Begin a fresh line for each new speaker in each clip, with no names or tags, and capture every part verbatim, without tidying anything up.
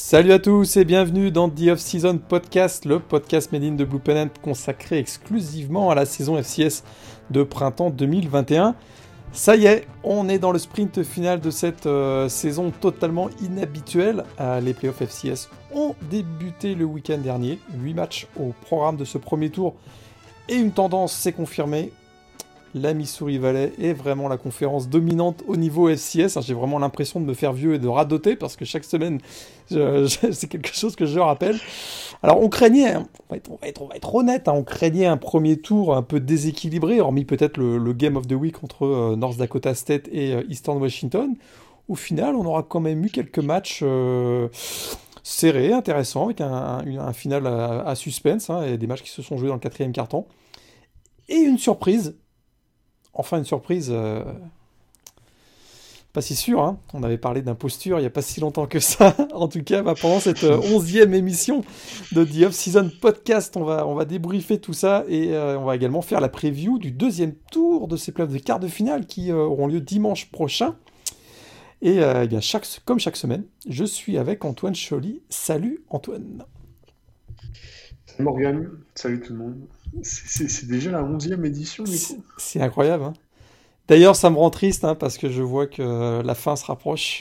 Salut à tous et bienvenue dans The Off-Season Podcast, le podcast made in de Blue Pennant consacré exclusivement à la saison F C S de printemps deux mille vingt et un. Ça y est, on est dans le sprint final de cette euh, saison totalement inhabituelle. Euh, les playoffs F C S ont débuté le week-end dernier, huit matchs au programme de ce premier tour et une tendance s'est confirmée. La Missouri Valley est vraiment la conférence dominante au niveau F C S. J'ai vraiment l'impression de me faire vieux et de radoter parce que chaque semaine, je, je, c'est quelque chose que je rappelle. Alors, on craignait, hein, on, va être, on, va être, on va être honnête, hein, on craignait un premier tour un peu déséquilibré, hormis peut-être le, le Game of the Week entre euh, North Dakota State et euh, Eastern Washington. Au final, on aura quand même eu quelques matchs euh, serrés, intéressants, avec un, un, un final à, à suspense, hein, et des matchs qui se sont joués dans le quatrième quart-temps. Et une surprise. Enfin, une surprise, euh, pas si sûre, hein. On avait parlé d'imposture il n'y a pas si longtemps que ça. En tout cas, bah, pendant cette euh, onzième émission de The Off-Season Podcast, on va, on va débriefer tout ça et euh, on va également faire la preview du deuxième tour de ces playoffs de quart de finale qui euh, auront lieu dimanche prochain. Et euh, eh bien, chaque, comme chaque semaine, je suis avec Antoine Choly. Salut Antoine.
Salut Morgane, salut tout le monde. C'est c'est- c'est déjà la onzième édition du
C'est
coup.
c'est incroyable, hein. D'ailleurs, ça me rend triste hein, parce que je vois que euh, la fin se rapproche.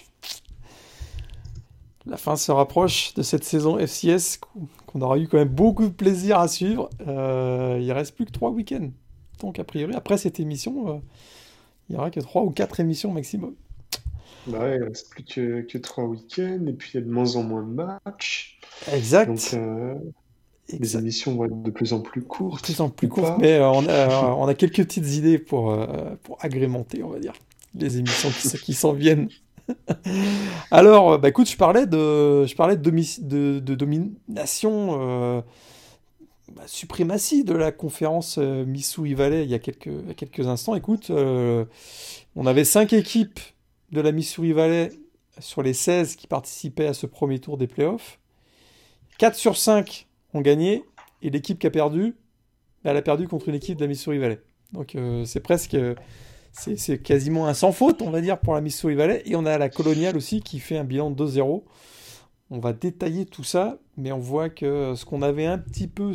La fin se rapproche de cette saison F C S qu'on aura eu quand même beaucoup de plaisir à suivre. Euh, il reste plus que trois week-ends. Donc a priori, après cette émission, euh, il n'y aura que trois ou quatre émissions maximum.
Bah ouais, il reste plus que, que trois week-ends et puis il y a de moins en moins de matchs. Donc
Exact.
euh, les
Exact.
émissions vont être de plus en plus
De plus en
courtes
plus
ou
courte,
pas.
mais euh, on a, on a quelques petites idées pour, euh, pour agrémenter, on va dire, les émissions qui, s- qui s'en viennent. Alors, euh, bah écoute, je parlais de, je parlais de, domi- de, de domination, euh, bah, suprématie de la conférence euh, Missouri Valley il y a quelques, il y a quelques instants. Écoute, euh, on avait cinq équipes de la Missouri Valley sur les seize qui participaient à ce premier tour des playoffs. Quatre sur cinq ont gagné et l'équipe qui a perdu, bah, elle a perdu contre une équipe de la Missouri Valley. Donc euh, c'est presque, c'est, c'est quasiment un sans faute, on va dire, pour la Missouri Valley. Et on a la Colonial aussi qui fait un bilan de deux zéro. On va détailler tout ça, mais on voit que ce qu'on avait un petit peu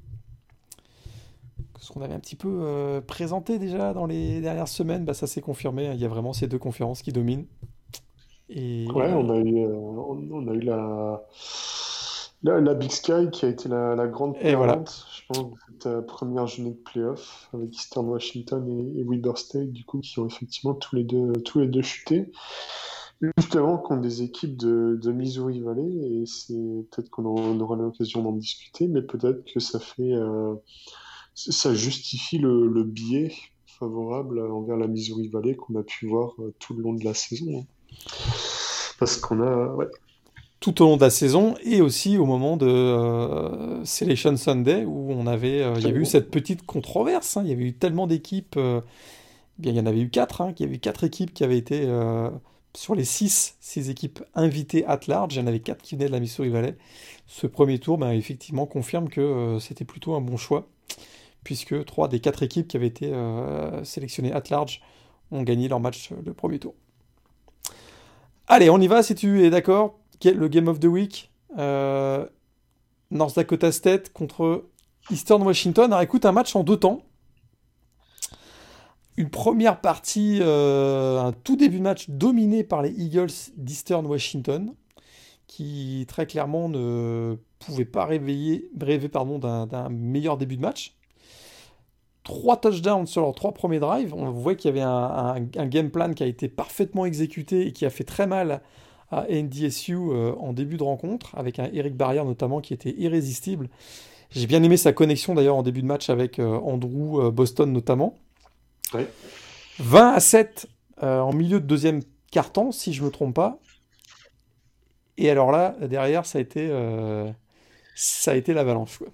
ce qu'on avait un petit peu euh, présenté déjà dans les dernières semaines, bah, ça s'est confirmé. Il y a vraiment ces deux conférences qui dominent. Et,
Ouais, on
euh,
a eu, euh, on, on a eu la, la, la Big Sky qui a été la, la grande
et voilà.
perdante, je pense, de cette euh, première journée de playoff avec Eastern Washington et, et Weber State, du coup, qui ont effectivement tous les deux, tous les deux chuté. Justement, contre des équipes de, de Missouri Valley, et c'est peut-être qu'on en- on aura l'occasion d'en discuter, mais peut-être que ça fait, euh, ça justifie le, le biais favorable envers la Missouri Valley qu'on a pu voir euh, tout le long de la saison, hein. Parce qu'on a, ouais,
Tout au long de la saison et aussi au moment de euh, Selection Sunday où on avait, euh, il y avait eu
absolument.
cette petite controverse, hein. Il y avait eu tellement d'équipes, euh, bien, il y en avait eu quatre, hein, qu'il y avait eu quatre équipes qui avaient été euh, sur les six, six équipes invitées at large. Il y en avait quatre qui venaient de la Missouri Valley. Ce premier tour, ben, effectivement, confirme que euh, c'était plutôt un bon choix, puisque trois des quatre équipes qui avaient été euh, sélectionnées at large ont gagné leur match euh, le premier tour. Allez, on y va si tu es d'accord. Le Game of the Week, euh, North Dakota State contre Eastern Washington. Alors écoute, un match en deux temps. Une première partie, euh, un tout début de match dominé par les Eagles d'Eastern Washington, qui très clairement ne pouvaient pas réveiller, rêver pardon, d'un d'un meilleur début de match. Trois touchdowns sur leurs trois premiers drives. On voit qu'il y avait un, un- un game plan qui a été parfaitement exécuté et qui a fait très mal à N D S U euh, en début de rencontre, avec un Eric Barrière notamment qui était irrésistible. J'ai bien aimé sa connexion d'ailleurs en début de match avec euh, Andrew euh, Boston notamment.
Ouais.
vingt à sept euh, en milieu de deuxième quart-temps, si je me trompe pas. Et alors là, derrière, ça a été, euh, ça a été l'avalanche, quoi.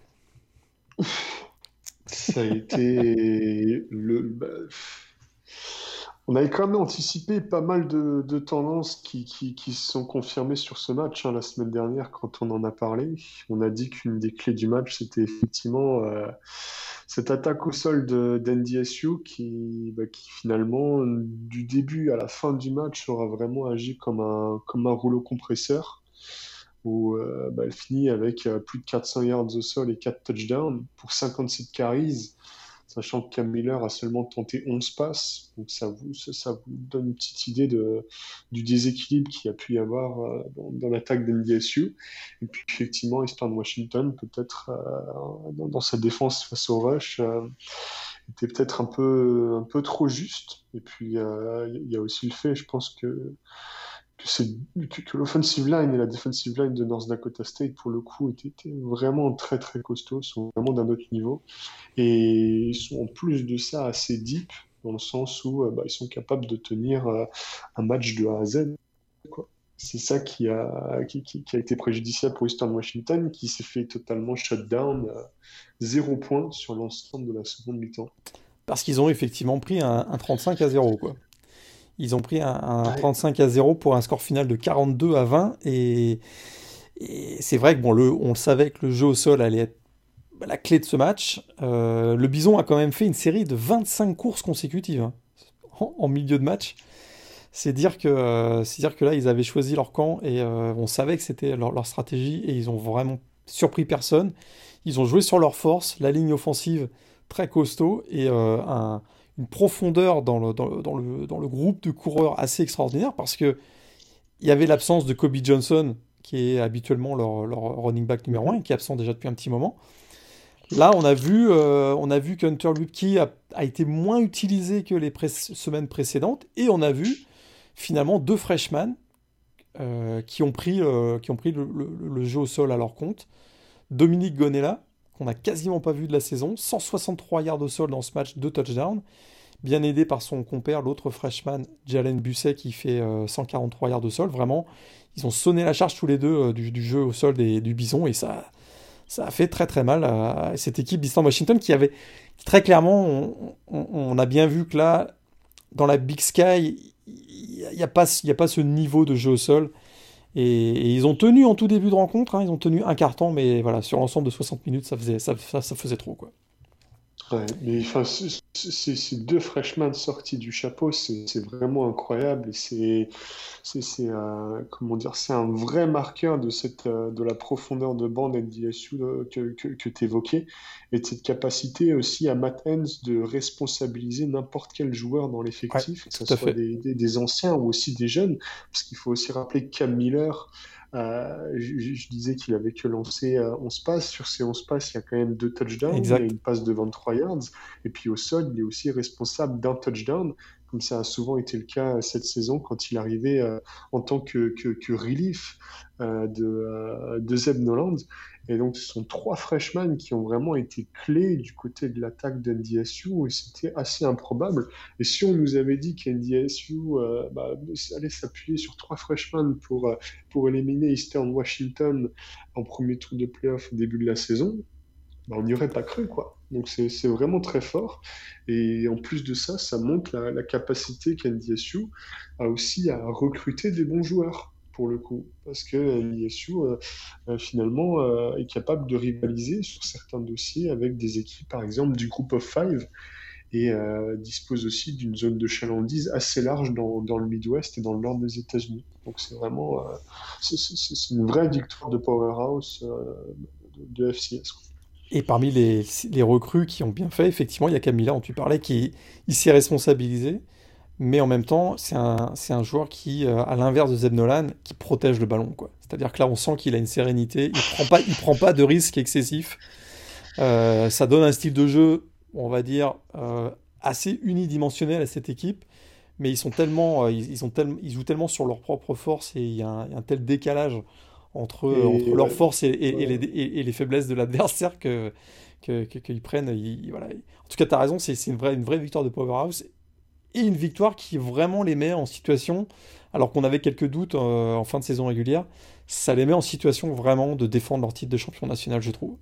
Ça a été le. Bah, on avait quand même anticipé pas mal de, de tendances qui, qui, qui se sont confirmées sur ce match, hein, la semaine dernière quand on en a parlé. On a dit qu'une des clés du match, c'était effectivement euh, cette attaque au sol de d'N D S U qui, bah, qui finalement, du début à la fin du match, aura vraiment agi comme un, comme un rouleau compresseur. où euh, bah, elle finit avec euh, plus de quatre cents yards au sol et quatre touchdowns pour cinquante-sept carries, sachant que Cam Miller a seulement tenté onze passes. Donc ça vous, ça, ça vous donne une petite idée de, du déséquilibre qu'il y a pu y avoir euh, dans, dans l'attaque d'N D S U. Et puis effectivement, Eastern Washington, peut-être euh, dans, dans sa défense face au rush, euh, était peut-être un peu, un peu trop juste. Et puis il euh, y, y a aussi le fait, je pense que que, c'est, que, que l'offensive line et la defensive line de North Dakota State, pour le coup, étaient, étaient vraiment très très costauds, sont vraiment d'un autre niveau. Et ils sont en plus de ça assez deep, dans le sens où euh, bah, ils sont capables de tenir euh, un match de A à Z, quoi. C'est ça qui a, qui, qui, qui a été préjudiciable pour Eastern Washington, qui s'est fait totalement shut down, euh, zéro point sur l'ensemble de la seconde mi-temps.
Parce qu'ils ont effectivement pris un, un trente-cinq à zéro, quoi. Ils ont pris un, un
Ouais.
trente-cinq à zéro pour un score final de quarante-deux à vingt. Et, et c'est vrai que bon, le, on le savait que le jeu au sol allait être la clé de ce match. Euh, le Bison a quand même fait une série de vingt-cinq courses consécutives, hein, en, en milieu de match. C'est dire que, euh, c'est dire que là, ils avaient choisi leur camp et euh, on savait que c'était leur, leur stratégie et ils ont vraiment surpris personne. Ils ont joué sur leur force, la ligne offensive très costaud et euh, un- une profondeur dans le, dans, le, dans le- dans le groupe de coureurs assez extraordinaire parce que il y avait l'absence de Kobe Johnson qui est habituellement leur, leur running back numéro un
Mhm.
et qui est absent déjà depuis un petit moment. Là, on a vu, euh, on a vu qu'Hunter Luepke a, a été moins utilisé que les pré- semaines précédentes et on a vu finalement deux freshmen euh, qui ont pris, euh, qui ont pris le, le- le jeu au sol à leur compte. Dominique Gonella, qu'on n'a quasiment pas vu de la saison, cent soixante-trois yards au sol dans ce match, deux touchdowns, bien aidé par son compère, l'autre freshman, Jalen Busset, qui fait euh, cent quarante-trois yards au sol. Vraiment, ils ont sonné la charge tous les deux euh, du, du jeu au sol des, du Bison et ça, ça a fait très très mal à cette équipe d'Eastern Washington qui avait très clairement, on, on- on a bien vu que là, dans la Big Sky, il n'y a, pas, il y a pas ce niveau de jeu au sol. Et, et ils ont tenu en tout début de rencontre, hein, ils ont tenu un quart-temps, mais voilà, sur l'ensemble de soixante minutes, ça faisait, ça, ça- ça faisait trop, quoi.
Ouais, mais enfin, c- c- c- ces deux freshmen sortis du chapeau, c'est c'est vraiment incroyable. Et c'est, c'est, c'est, euh, comment dire, c'est un vrai marqueur de cette, euh, de la profondeur de bande N D S U euh, que, que, que tu évoquais, et de cette capacité aussi à Matt Hens de responsabiliser n'importe quel joueur dans
Ouais,
l'effectif, que ce
tout à
soit
fait.
des, des, des anciens ou aussi des jeunes, parce qu'il faut aussi rappeler que Cam Miller. Euh, je, je disais qu'il avait que lancé euh, onze passes. Sur ces onze passes, il y a quand même deux touchdowns et
Exact.
une passe de vingt-trois yards. Et puis au sol, il est aussi responsable d'un touchdown, comme ça a souvent été le cas cette saison quand il arrivait euh, en tant que, que, que relief euh, de, euh, de Zeb Noland. Et donc, ce sont trois freshmen qui ont vraiment été clés du côté de l'attaque d'N D S U et c'était assez improbable. Et si on nous avait dit qu'N D S U euh, bah, allait s'appuyer sur trois freshmen pour, euh, pour éliminer Eastern Washington en premier tour de playoff au début de la saison, bah, on n'y aurait pas cru, quoi. Donc c'est c'est vraiment très fort. Et en plus de ça, ça montre la, la capacité qu'N D S U a aussi à recruter des bons joueurs, pour le coup. Parce que N D S U, euh, euh, finalement, euh, est capable de rivaliser sur certains dossiers avec des équipes, par exemple, du Group of Five, et euh, dispose aussi d'une zone de chalandise assez large dans, dans le Midwest et dans le nord des États-Unis. Donc c'est vraiment euh, c'est c'est- c'est une vraie victoire de powerhouse euh, de, de F C S, quoi.
Et parmi les, les recrues qui ont bien fait, effectivement, il y a Camilla, dont tu parlais, qui il s'est responsabilisé, mais en même temps, c'est un, c'est un joueur qui, euh, à l'inverse de Zeb Nolan, qui protège le ballon, quoi. C'est-à-dire que là, on sent qu'il a une sérénité, il prend pas, il prend pas de risques excessifs. Euh, ça donne un style de jeu, on va dire, euh, assez unidimensionnel à cette équipe, mais ils sont tellement, euh, ils, ils ont tellement, ils jouent tellement sur leur propre force et il y a un, il y a un tel décalage entre, entre
Et
leur
ouais,
force et, et- et les,
ouais.
et- et les faiblesses de l'adversaire que, que- que- qu'ils prennent. Ils- voilà. En tout cas, tu as raison, c'est c'est une vraie, une vraie victoire de Powerhouse et une victoire qui vraiment les met en situation, alors qu'on avait quelques doutes euh, en fin de saison régulière, ça les met en situation vraiment de défendre leur titre de champion national, je trouve.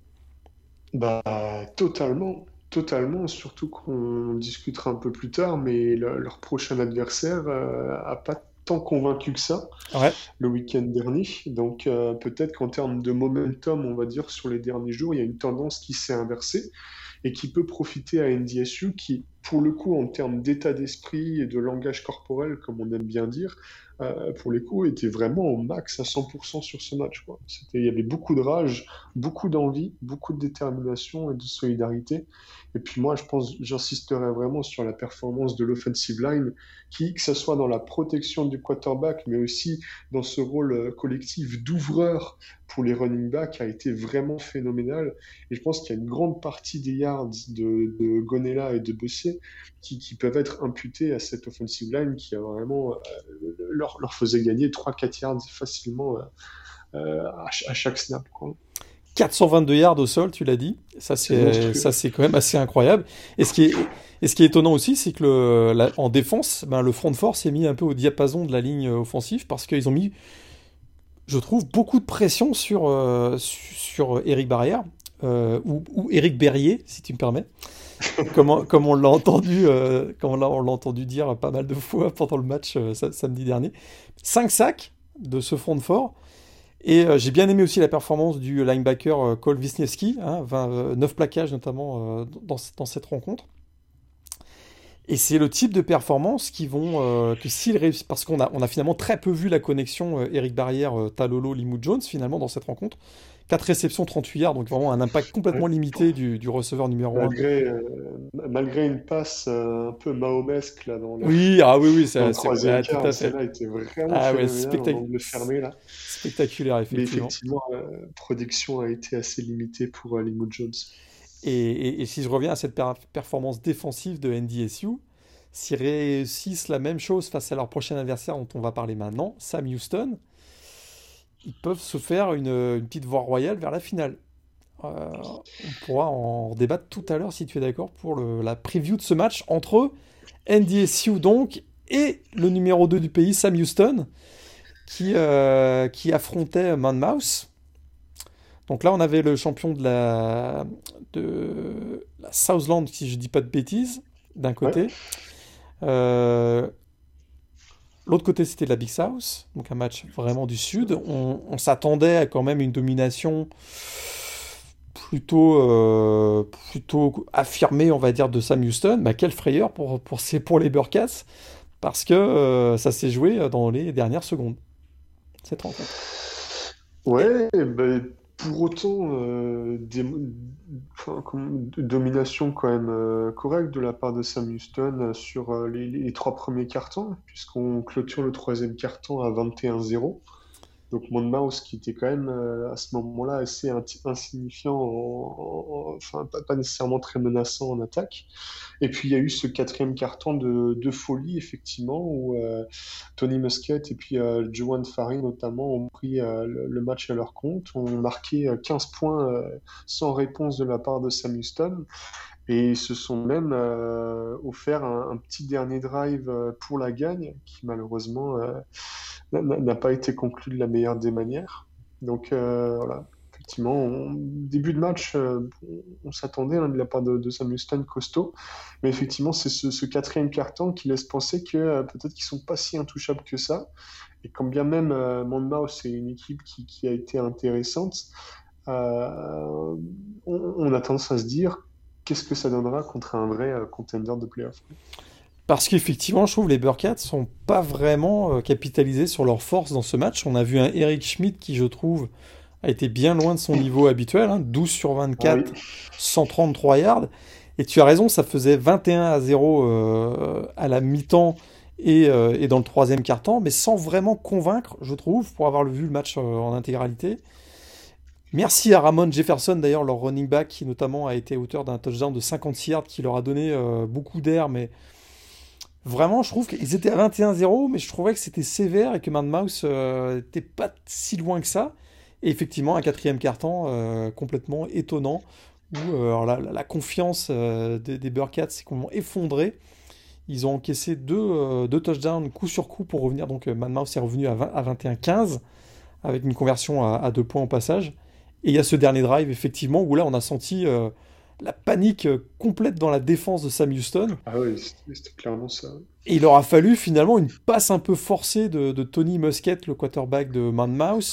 Bah, totalement, totalement, surtout qu'on discutera un peu plus tard, mais le- leur prochain adversaire euh, a pas tant convaincu que ça
Ouais,
le week-end dernier. Donc euh, peut-être qu'en termes de momentum, on va dire, sur les derniers jours, il y a une tendance qui s'est inversée. et qui peut profiter à N D S U qui, pour le coup, en termes d'état d'esprit et de langage corporel, comme on aime bien dire, euh, pour les coups, était vraiment au max à cent pour cent sur ce match, quoi. C'était, il y avait beaucoup de rage, beaucoup d'envie, beaucoup de détermination et de solidarité. Et puis moi, je pense, j'insisterai vraiment sur la performance de l'offensive line, qui, que ce soit dans la protection du quarterback, mais aussi dans ce rôle euh, collectif d'ouvreur pour les running backs, a été vraiment phénoménal. Et je pense qu'il y a une grande partie des yards de, de Gonella et de Bessé qui, qui peuvent être imputés à cette offensive line qui a vraiment euh, leur, leur faisait gagner trois quatre yards facilement euh, euh, à, ch- à chaque snap, quoi.
quatre cent vingt-deux yards au sol, tu l'as dit. Ça,
C'est
c'est,
monstrueux.
ça, c'est quand même assez incroyable. Et ce qui est, et ce qui est étonnant aussi, c'est que le, la- en défense, ben, le front de force est mis un peu au diapason de la ligne offensive parce qu'ils ont mis, je trouve, beaucoup de pression sur, euh, sur, sur Eric Barrière, euh, ou, ou Eric Berrier, si tu me permets. Comme, on- comme on l'a entendu, euh, comme on l'a, on l'a entendu dire pas mal de fois pendant le match euh, sa- samedi dernier. Cinq sacs de ce front de fort. Et euh, j'ai bien aimé aussi la performance du linebacker euh, Cole Wisniewski, hein, vingt, euh, neuf plaquages notamment euh, dans, dans cette rencontre. Et c'est le type de performance qui vont, euh, que s'ils réussissent, parce qu'on a, on a finalement très peu vu la connexion euh, Eric Barrière, euh, Talolo, Limou Jones finalement dans cette rencontre. Quatre réceptions, trente-huit yards, donc vraiment un impact complètement
Ouais.
limité du, du receveur numéro un.
Malgré, euh, malgré une passe euh, un peu mahomesque là, dans le,
Oui, ah oui, oui,
dans
c'est,
le
c'est-
troisième
ah, tout à
quart,
fait.
celle-là était vraiment
Ah ouais,
phénoménale en
spectac-
angle fermé là.
spectaculaire,
Mais
effectivement.
effectivement, euh, production a été assez limitée pour euh, Limo Jones.
Et, et- et si je reviens à cette per- performance défensive de N D S U, s'ils réussissent la même chose face à leur prochain adversaire dont on va parler maintenant, Sam Houston, ils peuvent se faire une, une petite voie royale vers la finale. Euh, on pourra en débattre tout à l'heure si tu es d'accord pour le- la preview de ce match entre N D S U donc et le numéro deux du pays, Sam Houston, qui, euh, qui affrontait Monmouth. Donc là, on avait le champion de la, de la Southland, si je dis pas de bêtises, d'un
Ouais,
côté. Euh, L'autre côté, c'était la Big South, donc un match vraiment du sud. On, on s'attendait à quand même une domination plutôt, euh, plutôt affirmée, on va dire, de Sam Houston. Bah, quelle frayeur pour, pour, ces- pour les Bearcats, parce que euh, ça s'est joué dans les dernières secondes, cette rencontre. Et
ouais, ben, pour autant, euh, des- enfin, comme- domination quand même euh, correcte de la part de Sam Houston euh, sur euh, les, les trois premiers cartons, puisqu'on clôture le troisième carton à vingt et un zéro. Donc Monmouth qui était quand même euh, à ce moment-là assez inti- insignifiant, en- en- enfin pas, pas nécessairement très menaçant en attaque. Et puis il y a eu ce quatrième carton de, de folie effectivement où euh, Tony Muskett et puis euh, Joanne Farry notamment ont pris euh, le, le match à leur compte, ont marqué euh, quinze points euh, sans réponse de la part de Sam Houston. Et ils se sont même euh, offert un, un petit dernier drive euh, pour la gagne, qui malheureusement euh, n'a n'a pas été conclu de la meilleure des manières. Donc euh, voilà, effectivement, on- début de match, euh, on, on s'attendait hein, de la part de, de Sam Houston costaud, mais effectivement, c'est ce, ce quatrième carton qui laisse penser que euh, peut-être qu'ils sont pas si intouchables que ça. Et quand bien même euh, Monmouth, c'est une équipe qui, qui a été intéressante, euh, on, on a tendance à se dire qu'est-ce que ça donnera contre un vrai euh, contender de playoff.
parce qu'effectivement, je trouve que les Bearcats sont pas vraiment euh, capitalisés sur leur force dans ce match. On a vu un Eric Schmidt qui, je trouve, a été bien loin de son niveau habituel, hein, douze sur
Ah oui,
vingt-quatre, cent trente-trois yards. Et tu as raison, ça faisait vingt et un à zéro euh, à la mi-temps et, euh, et dans le troisième quart-temps, mais sans vraiment convaincre, je trouve, pour avoir vu le match euh, en intégralité. Merci à Ramon Jefferson, d'ailleurs, leur running back, qui notamment a été auteur d'un touchdown de cinquante-six yards qui leur a donné euh, beaucoup d'air, mais vraiment, je trouve qu'ils étaient à vingt et un zéro, mais je trouvais que c'était sévère et que Monmouth euh, n'était pas si loin que ça. Et effectivement, un quatrième quart-temps euh, complètement étonnant, où euh, alors la, la- la confiance euh, des, des Bearcats s'est complètement effondrée. Ils ont encaissé deux, euh, deux touchdowns coup sur coup pour revenir. Donc euh, Monmouth est revenu à, vingt à vingt et un quinze, avec une conversion à, à deux points au passage. Et il y a ce dernier drive, effectivement, où là, on a senti euh, la panique euh, complète dans la défense de Sam Houston.
ah oui, c'était c'était clairement ça.
Et il aura fallu finalement une passe un peu forcée de, de Tony Muskett, le quarterback de Monmouth,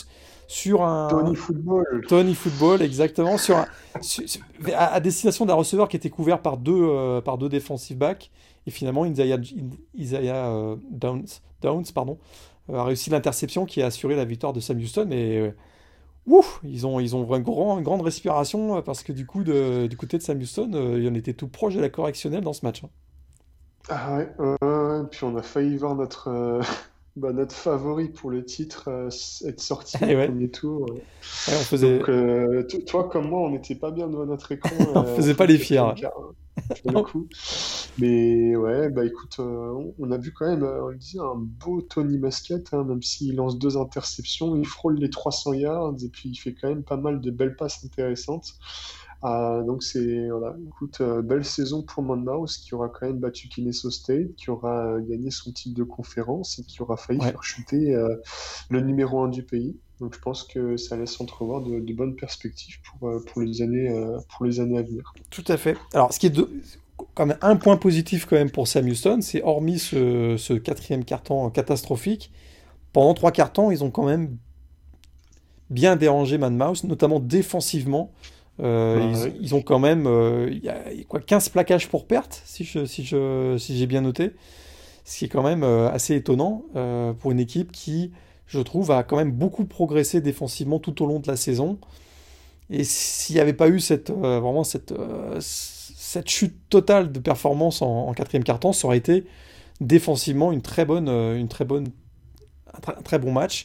sur
Tony
un
Football.
Tony Football, exactement, sur un- sur- sur- à, à destination d'un receveur qui était couvert par deux, euh, par deux defensive backs. Et finalement, Isaiah, Isaiah euh, Downs, Downs, pardon, euh, a réussi l'interception qui a assuré la victoire de Sam Houston. Et euh, ouf, ils ont, ils ont un grand, une grande respiration euh, parce que du coup, de- du côté de Sam Houston, euh, il en était tout proche de la correctionnelle dans ce match, hein.
Ah ouais, euh, ouais, puis on a failli voir notre, euh, bah, notre favori pour le titre euh, s- être sorti au
Et ouais,
premier tour.
ouais, on
Donc,
faisait,
euh, to- toi comme moi, on n'était pas bien devant notre écran
on
euh, en
faisait
fin
pas
de
les fiers,
quatrième
hein.
quart, hein, pour le coup. Mais ouais, bah écoute, euh, on on a vu quand même, euh, on le dit, un beau Tony Muscat, hein, même s'il lance deux interceptions, il frôle les trois cents yards et puis il fait quand même pas mal de belles passes intéressantes. Ah, donc c'est, voilà, écoute, euh, belle saison pour Monmouth qui aura quand même battu Kennesaw State, qui aura euh, gagné son titre de conférence et qui aura failli
Ouais,
faire chuter euh, le numéro un du pays. Donc je pense que ça laisse entrevoir de, de bonnes perspectives pour, euh, pour les années, euh, pour les années à venir.
tout à fait. Alors, ce qui est de- quand même un point positif quand même pour Sam Houston, c'est hormis ce, ce quatrième carton catastrophique, pendant trois quarts temps, ils ont quand même bien dérangé Mouse, notamment défensivement. Euh,
Bah
ils,
oui,
ils ont quand même euh, il y a, il y a quoi, quinze plaquages pour perte, si je, si je, si j'ai bien noté. Ce qui est quand même euh, assez étonnant euh, pour une équipe qui, je trouve, a quand même beaucoup progressé défensivement tout au long de la saison. Et s'il n'y avait pas eu cette, euh, vraiment cette, euh, cette chute totale de performance en, en quatrième quart-temps, ça aurait été défensivement une très bonne, euh, une très bonne, un, très, un très bon match.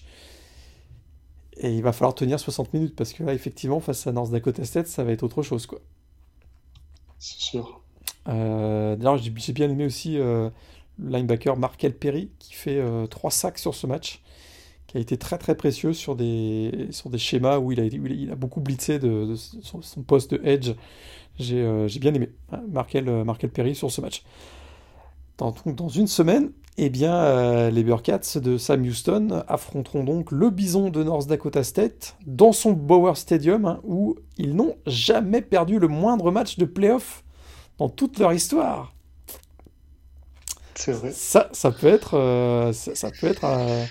Et il va falloir tenir soixante minutes parce que là, effectivement, face à North Dakota State, ça va être autre chose, quoi.
c'est sûr.
Euh, D'ailleurs, j'ai j'ai bien aimé aussi euh, le linebacker Markel Perry qui fait euh, trois sacs sur ce match, qui a été très très précieux sur des, sur des schémas où il a, été- où il a il a beaucoup blitzé de, de son, son poste de edge. J'ai euh, j'ai bien aimé hein, Markel, euh, Markel Perry sur ce match. Dans, donc, dans une semaine, eh bien, euh, les Bearcats de Sam Houston affronteront donc le Bison de North Dakota State dans son Bauer Stadium, hein, où ils n'ont jamais perdu le moindre match de playoff dans toute leur histoire.
C'est vrai.
Ça, ça peut être, euh, ça, ça peut être euh,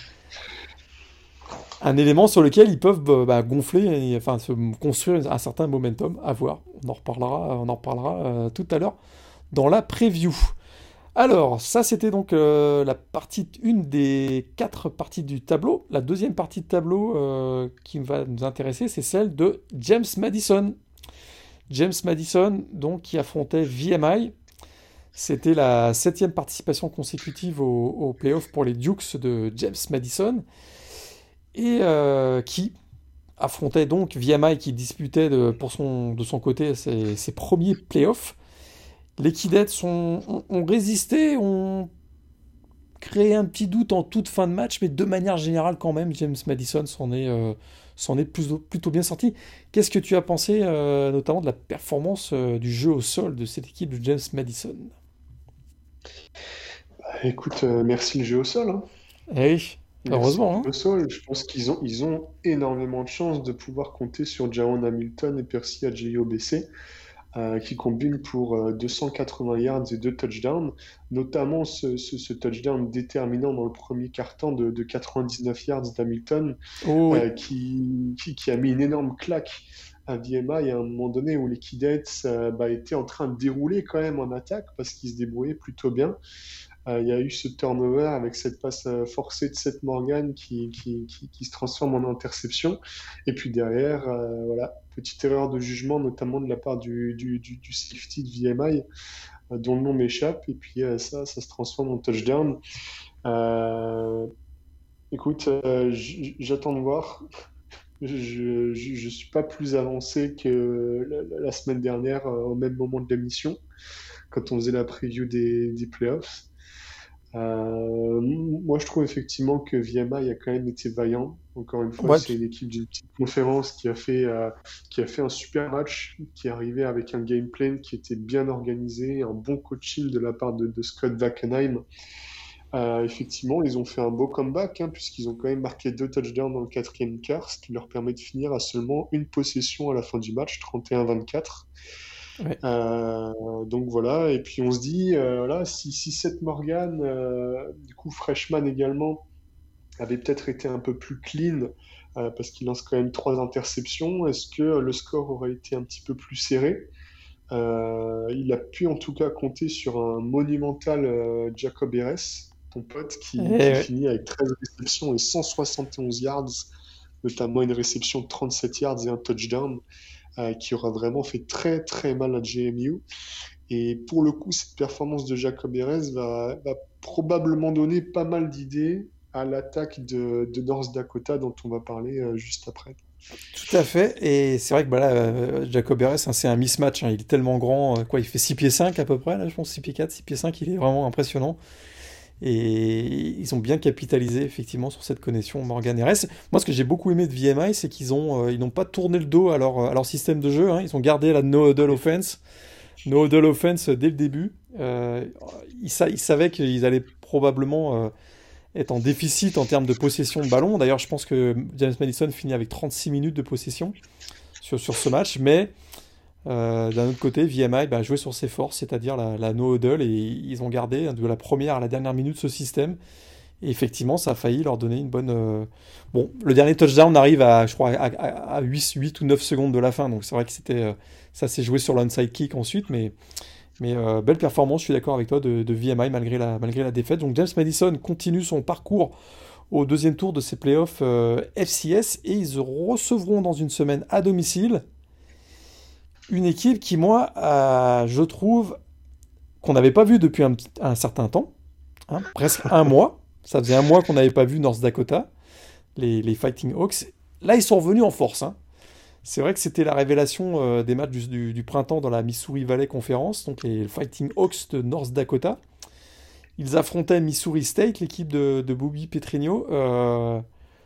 un élément sur lequel ils peuvent bah, bah, gonfler, et, enfin se construire un certain momentum. À voir. On en reparlera, on en reparlera euh, tout à l'heure dans la preview. Alors, ça c'était donc euh, la partie, une des quatre parties du tableau. La deuxième partie de tableau euh, qui va nous intéresser, c'est celle de James Madison. James Madison, donc, qui affrontait V M I. C'était la septième participation consécutive au, au playoff pour les Dukes de James Madison. Et euh, qui affrontait donc V M I qui disputait de, pour son, de son côté ses, ses premiers playoffs. Les Kidettes ont, ont, ont résisté, ont créé un petit doute en toute fin de match, mais de manière générale quand même, James Madison s'en est, euh, s'en est plutôt, plutôt bien sorti. Qu'est-ce que tu as pensé euh, notamment de la performance euh, du jeu au sol de cette équipe de James Madison?
Bah, écoute, euh, merci le jeu au sol, hein.
Eh oui,
Merci
heureusement,
le
hein.
jeu au sol. Je pense qu'ils ont, ils ont énormément de chance de pouvoir compter sur Jaron Hamilton et Percy Adjei-Obese, euh, qui combinent pour euh, deux cent quatre-vingts yards et deux touchdowns, notamment ce, ce- ce touchdown déterminant dans le premier quart-temps de, de quatre-vingt-dix-neuf yards d'Hamilton,
Oh oui,
euh, qui, qui, qui a mis une énorme claque à V M I à un moment donné où les Kidettes euh, bah, étaient en train de dérouler quand même en attaque parce qu'ils se débrouillaient plutôt bien. Euh, il y a eu ce turnover avec cette passe euh, forcée de Seth Morgan qui, qui, qui, qui se transforme en interception. Et puis derrière, euh, voilà, petite erreur de jugement, notamment de la part du, du, du, du safety de V M I, euh, dont le nom m'échappe. Et puis euh, ça, ça se transforme en touchdown. Euh, écoute, euh, j- j'attends de voir. Je, je, je suis pas plus avancé que la, la semaine dernière, euh, au même moment de l'émission, quand on faisait la preview des, des playoffs. Euh, moi, je trouve effectivement que V M I a quand même été vaillant. Encore une fois,
ouais,
c'est
tu-
une équipe d'une petite conférence qui a fait, euh, qui a fait un super match, qui est arrivé avec un game plan qui était bien organisé, un bon coaching de la part de, de Scott Wackenheim. Euh, effectivement, ils ont fait un beau comeback, hein, puisqu'ils ont quand même marqué deux touchdowns dans le quatrième quart, ce qui leur permet de finir à seulement une possession à la fin du match, trente et un vingt-quatre.
ouais.
Euh, donc voilà, et puis on se dit, euh, voilà, si, si Seth Morgan, euh, du coup freshman également, avait peut-être été un peu plus clean euh, parce qu'il lance quand même trois interceptions. Est-ce que le score aurait été un petit peu plus serré? Euh, il a pu en tout cas compter sur un monumental euh, Jacob Eres, ton pote,
Et
qui, qui
ouais.
finit avec treize réceptions et cent soixante et onze yards, notamment une réception de trente-sept yards et un touchdown, euh, qui aura vraiment fait très très mal à J M U. Et pour le coup, cette performance de Jacob Eres va, va probablement donner pas mal d'idées à l'attaque de, de North Dakota dont on va parler euh, juste après.
Tout à fait, et c'est vrai que bah là, euh, Jacob Eres, hein, c'est un mismatch, hein, il est tellement grand, euh, quoi, il fait six pieds cinq à peu près, là je pense, six pieds quatre, six pieds cinq, il est vraiment impressionnant. Et ils ont bien capitalisé effectivement sur cette connexion Morgan Eres. Moi, ce que j'ai beaucoup aimé de V M I, c'est qu'ils ont, euh, ils n'ont pas tourné le dos à leur, à leur système de jeu, hein. Ils ont gardé la no huddle offense, no huddle offense dès le début. Euh, ils, sa- ils savaient qu'ils allaient probablement euh, être en déficit en termes de possession de ballon. D'ailleurs, je pense que James Madison finit avec trente-six minutes de possession sur, sur ce match, mais euh, d'un autre côté, V M I bah, jouait sur ses forces, c'est-à-dire la, la no huddle, et ils ont gardé de la première à la dernière minute ce système. Et effectivement, ça a failli leur donner une bonne. euh, Bon, le dernier touchdown arrive à, je crois, à, à- à huit, huit ou neuf secondes de la fin, donc c'est vrai que c'était, euh, ça s'est joué sur l'onside kick ensuite, mais, mais euh, belle performance, je suis d'accord avec toi, de, de V M I malgré la, malgré la défaite. Donc James Madison continue son parcours au deuxième tour de ses playoffs euh, F C S et ils recevront dans une semaine à domicile une équipe qui, moi, euh, je trouve qu'on n'avait pas vu depuis un, petit- un certain temps, hein, presque un mois. Ça faisait un mois qu'on n'avait pas vu North Dakota, les, les Fighting Hawks. Là, ils sont revenus en force, hein. C'est vrai que c'était la révélation euh, des matchs du, du- du printemps dans la Missouri Valley Conference, donc les Fighting Hawks de North Dakota. Ils affrontaient Missouri State, l'équipe de, de Bobby Petrino. Euh,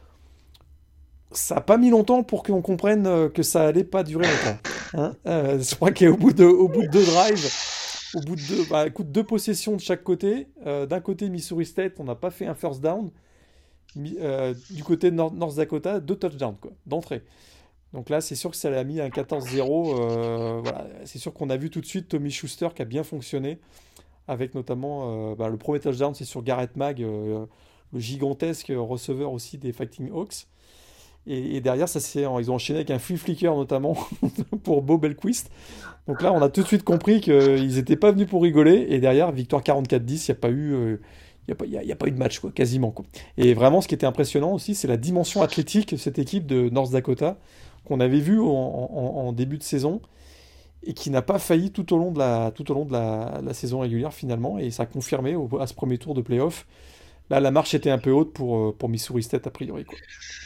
ça n'a pas mis longtemps pour qu'on comprenne euh, que ça allait pas durer longtemps, hein. Euh, je crois qu'au bout de, au bout de deux drives, au bout de deux, bah, écoute, deux possessions de chaque côté. Euh, d'un côté, Missouri State, on n'a pas fait un first down. Mi- euh, du côté de North, North Dakota, deux touchdowns quoi, d'entrée. Donc là, c'est sûr que ça l'a mis à un quatorze zéro. Euh, voilà. C'est sûr qu'on a vu tout de suite Tommy Schuster qui a bien fonctionné, avec notamment euh, bah, le premier touchdown, c'est sur Garrett Mag, euh, le gigantesque receveur aussi des Fighting Hawks. Et, et derrière, ça c'est, ils ont enchaîné avec un flea flicker notamment pour Bo Belquist. Donc là, on a tout de suite compris qu'ils n'étaient pas venus pour rigoler. Et derrière, victoire quarante-quatre dix, il n'y a pas eu, euh, il y a pas, il y a- il y a pas eu de match, quoi, quasiment, quoi. Et vraiment, ce qui était impressionnant aussi, c'est la dimension athlétique de cette équipe de North Dakota qu'on avait vue en, en- en début de saison et qui n'a pas failli tout au long de la, tout au long de la, la saison régulière finalement. Et ça a confirmé au- à ce premier tour de playoff. Là, la marche était un peu haute pour, euh, pour Missouri State a priori, quoi.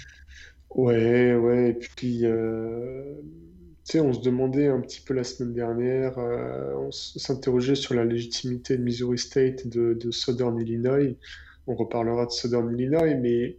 Ouais, ouais, et puis, euh, tu sais, on se demandait un petit peu la semaine dernière, euh, on s- s'interrogeait sur la légitimité de Missouri State et de, de Southern Illinois. On reparlera de Southern Illinois, mais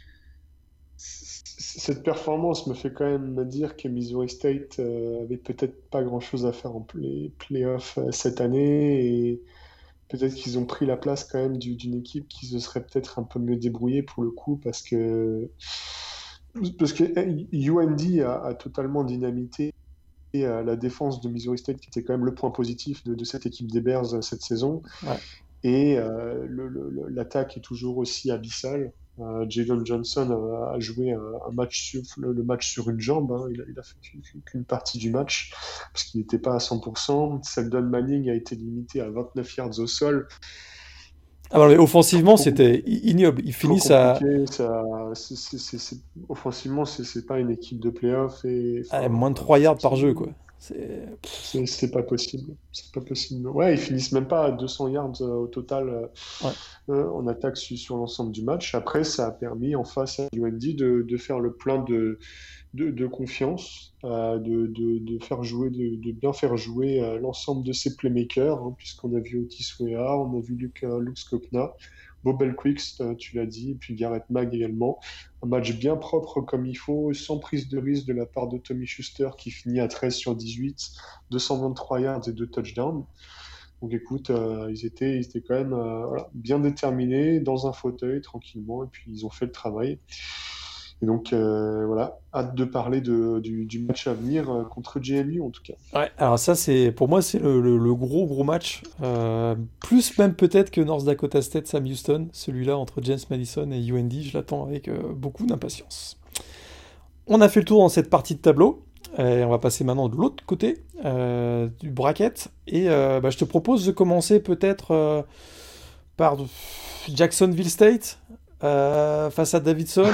c- c- cette performance me fait quand même me dire que Missouri State euh, avait peut-être pas grand-chose à faire en play, playoff euh, cette année, et peut-être qu'ils ont pris la place quand même du- d'une équipe qui se serait peut-être un peu mieux débrouillée pour le coup, parce que parce que eh, U N D a, a totalement dynamité euh, la défense de Missouri State, qui était quand même le point positif de, de cette équipe des Bears euh, cette saison.
Ouais.
Et euh, le- le- le- l'attaque est toujours aussi abyssale. Euh, Jalen Johnson a, a joué un, un match sur, le, le match sur une jambe, hein. Il a, il a fait qu'une qu'une partie du match parce qu'il n'était pas à cent pour cent. Seldon Manning a été limité à vingt-neuf yards au sol.
Ah non, mais offensivement,
Trop,
c'était i- ignoble. Ils
trop
finissent à,
compliqué. Ça, c'est, c'est, c'est- c'est- offensivement, c'est c'est pas une équipe de playoff. Et
à
enfin,
moins de trois yards
c'est
par jeu, quoi. C'est...
c'est- c'est pas possible. C'est pas possible. Ouais, ils finissent même pas à deux cents yards euh, au total euh,
Ouais.
euh, en attaque su- sur l'ensemble du match. Après, ça a permis en face à U N D de, de faire le plein de, de, de confiance, euh, de, de, de faire jouer, de, de bien faire jouer euh, l'ensemble de ses playmakers, hein, puisqu'on a vu Otis Weah, on a vu Luke, euh, Luke Skopna, Bobel Quicks, euh, tu l'as dit, et puis Garrett Mag également. Un match bien propre comme il faut, sans prise de risque de la part de Tommy Schuster qui finit à treize sur dix-huit, deux cent vingt-trois yards et deux touchdowns. Donc écoute, euh, ils étaient, ils étaient quand même euh, voilà, bien déterminés dans un fauteuil tranquillement et puis ils ont fait le travail. Et donc euh, voilà, hâte de parler de, du, du match à venir euh, contre J M U en tout cas.
Ouais, alors ça, c'est pour moi, c'est le, le- le gros gros match. Euh, plus même peut-être que North Dakota State Sam Houston, celui-là entre James Madison et U N D, je l'attends avec euh, beaucoup d'impatience. On a fait le tour dans cette partie de tableau. Et on va passer maintenant de l'autre côté euh, du bracket. Et euh, bah, je te propose de commencer peut-être euh, par Jacksonville State euh, face à Davidson.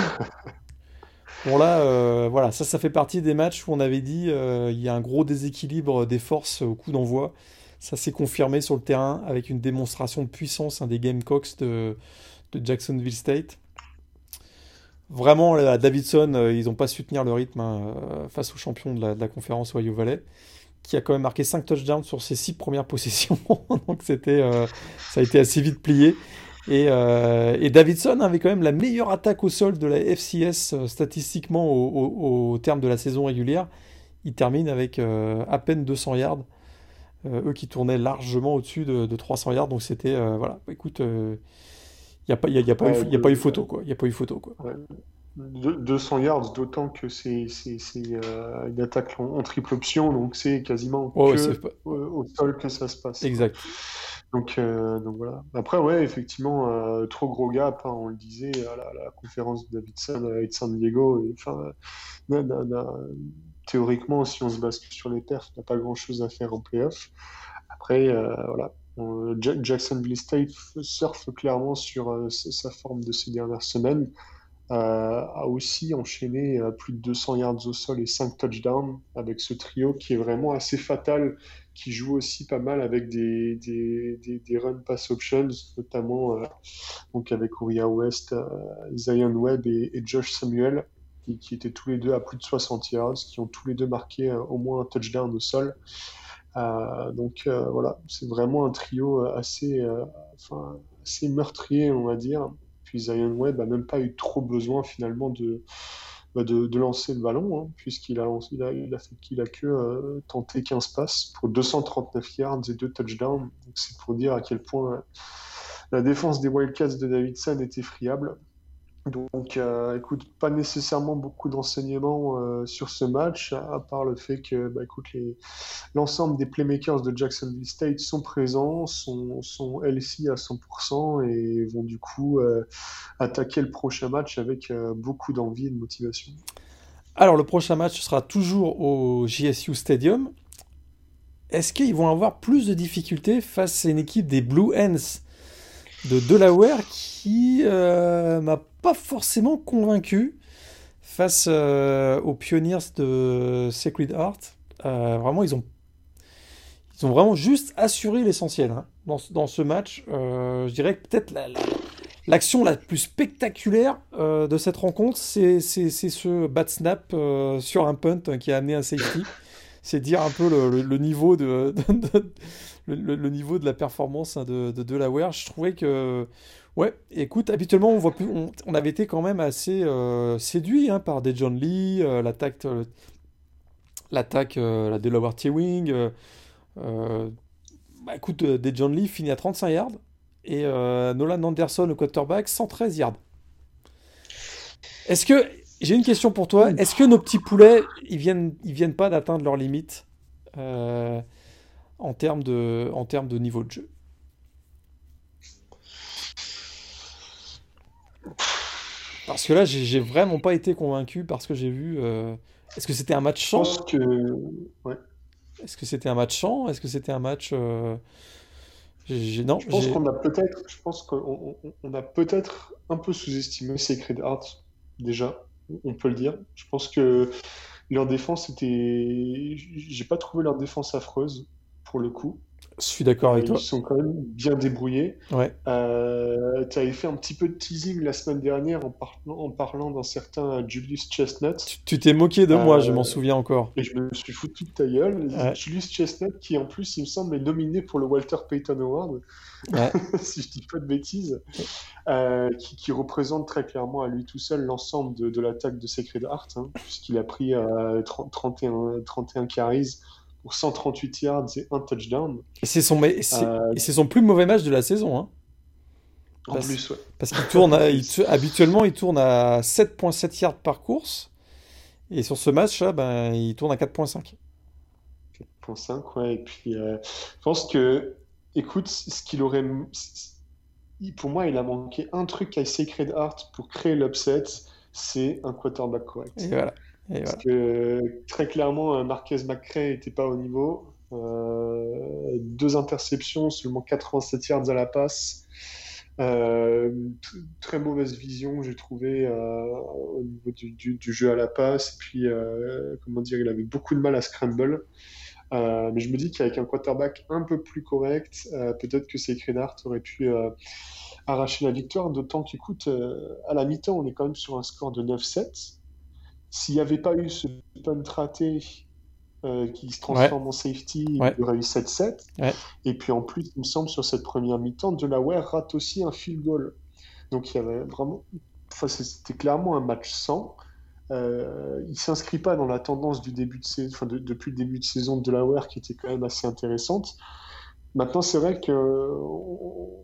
Bon là, euh, voilà, ça, ça fait partie des matchs où on avait dit euh, il y a un gros déséquilibre des forces au coup d'envoi. Ça s'est confirmé sur le terrain avec une démonstration de puissance hein, des Gamecocks de, de Jacksonville State. Vraiment, à Davidson, euh, ils n'ont pas su tenir le rythme hein, euh, face au champion de la, de la conférence Ohio Valley, qui a quand même marqué cinq touchdowns sur ses six premières possessions. Donc c'était, euh, ça a été assez vite plié. Et, euh, et Davidson avait quand même la meilleure attaque au sol de la F C S euh, statistiquement au, au- au terme de la saison régulière. Ils terminent avec euh, à peine deux cents yards. Euh, eux qui tournaient largement au-dessus de, de trois cents yards. Donc c'était, euh, voilà, écoute, il n'y a, pas- y a, y a pas eu,
Ouais,
y a pas eu
de-
photo, quoi. Il n'y a pas eu photo, quoi.
ouais. De- deux cents yards, d'autant que c'est c'est- c'est, euh, une attaque en, en triple option, donc c'est quasiment
Ouais, ouais, c'est
que
pas...
au, au sol que ça se passe, quoi.
Exact.
Donc, euh, donc voilà. Après, ouais, effectivement, euh, trop gros gap, hein, on le disait, à la, la conférence de Davidson et de San Diego. Et, enfin, na- na- na- théoriquement, si on se base que sur les perfs, on n'a pas grand-chose à faire en playoff. Après, euh, voilà. On- Ja- Jacksonville State surfe clairement sur euh, sa sa forme de ces dernières semaines. Euh, a aussi enchaîné euh, plus de deux cents yards au sol et cinq touchdowns avec ce trio qui est vraiment assez fatal, qui joue aussi pas mal avec des, des, des, des run pass options, notamment euh, donc avec Uriah West, euh, Zion Webb et, et Josh Samuel, qui, qui étaient tous les deux à plus de soixante yards, qui ont tous les deux marqué euh, au moins un touchdown au sol. Euh, donc euh, voilà, c'est vraiment un trio euh, assez, euh, enfin, assez meurtrier, on va dire. Puis Zion Webb a même pas eu trop besoin finalement de, bah, de, de lancer le ballon, hein, puisqu'il a, lancé- il a, il a fait qu'il a que euh, tenté quinze passes pour deux cent trente-neuf yards et deux touchdowns. Donc c'est pour dire à quel point euh, la défense des Wildcats de Davidson était friable. Donc, euh, écoute, pas nécessairement beaucoup d'enseignements euh, sur ce match, à part le fait que, bah, écoute, les, l'ensemble des playmakers de Jacksonville State sont présents, sont, sont healthy à cent pour cent et vont du coup euh, attaquer le prochain match avec euh, beaucoup d'envie et de motivation.
Alors, le prochain match sera toujours au J S U Stadium. Est-ce qu'ils vont avoir plus de difficultés face à une équipe des Blue Hens de Delaware qui euh, m'a pas forcément convaincu face euh, aux Pioneers de Sacred Heart? Euh, vraiment, ils ont, ils ont vraiment juste assuré l'essentiel hein, dans, ce- dans ce match. Euh, je dirais que peut-être la- la- l'action la plus spectaculaire euh, de cette rencontre, c'est c'est- c'est ce bat snap euh, sur un punt hein, qui a amené un safety. C'est dire un peu le, le- le niveau de, de- de- le, le- le niveau de la performance hein, de, de Delaware. Je trouvais que, ouais, écoute, habituellement on voit plus, on, on avait été quand même assez euh, séduit hein, par Dejon Lee, euh, l'attaque, euh, l'attaque, euh, la Delaware T-Wing. Euh, euh, bah, écoute, euh, Dejon Lee finit à trente-cinq yards et euh, Nolan Anderson, le quarterback, cent treize yards. Est-ce que j'ai une question pour toi? Est-ce que nos petits poulets, ils viennent, ils viennent pas d'atteindre leurs limites euh, en termes de, en termes de niveau de jeu? Parce que là, j'ai j'ai vraiment pas été convaincu parce que j'ai vu. euh, Est-ce que c'était un match
Je
sans?
pense que, ouais,
Est-ce que c'était un match sans? Est-ce que c'était un match euh, j'ai- j'ai- Non,
je pense
j'ai.
qu'on a peut-être, je pense qu'on on- on a peut-être un peu sous-estimé Sacred Heart déjà, on peut le dire. Je pense que leur défense était, j'ai pas trouvé leur défense affreuse pour le coup.
Je suis d'accord
Euh,
avec
ils
toi.
sont quand même bien débrouillés.
Ouais.
Euh, tu avais fait un petit peu de teasing la semaine dernière en parlant, en parlant d'un certain Julius Chestnut.
Tu tu t'es moqué de moi, je m'en
Euh,
souviens encore.
et je me suis foutu de ta gueule.
Ouais.
Julius Chestnut, qui en plus, il me semble, est nominé pour le Walter Payton Award,
Ouais.
si je dis pas de bêtises, euh, qui, qui représente très clairement à lui tout seul l'ensemble de, de l'attaque de Sacred Heart, hein, puisqu'il a pris euh, trente, trente et un, trente et un carries pour cent trente-huit yards et un touchdown.
Et c'est son, mais c'est
Euh,
et c'est son plus mauvais match de la saison, hein.
en
Parce,
plus, ouais.
parce qu'il tourne
En
à- il
plus.
tu- habituellement, il tourne à sept virgule sept yards par course. Et sur ce match-là, ben, il tourne à quatre virgule cinq.
quatre virgule cinq, ouais. Et puis, euh, je pense que, écoute, ce qu'il aurait. il- Pour moi, il a manqué un truc à Sacred Heart pour créer l'upset, c'est un quarterback
Et
correct.
voilà. Et
Parce
voilà.
que très clairement, Marquez McRae n'était pas au niveau. Euh, deux interceptions, seulement quatre-vingt-sept yards à la passe. Euh, t- très mauvaise vision, j'ai trouvé, euh, au niveau du, du- du jeu à la passe. Et puis, euh, comment dire, il avait beaucoup de mal à scramble. Euh, mais je me dis qu'avec un quarterback un peu plus correct, euh, peut-être que Zach Reinhardt aurait pu euh, arracher la victoire. D'autant qu'écoute, euh, à la mi-temps, on est quand même sur un score de neuf sept. S'il n'y avait pas eu ce punt raté euh, qui se
Ouais,
transforme en safety, il
ouais,
y aurait eu sept sept.
ouais.
Et puis en plus, il me semble, sur cette première mi-temps, Delaware rate aussi un field goal. Donc il y avait vraiment. Enfin, c'était clairement un match sans. Euh, il s'inscrit pas dans la tendance du début de saison, enfin, de- depuis le début de saison de Delaware qui était quand même assez intéressante. Maintenant, c'est vrai que on-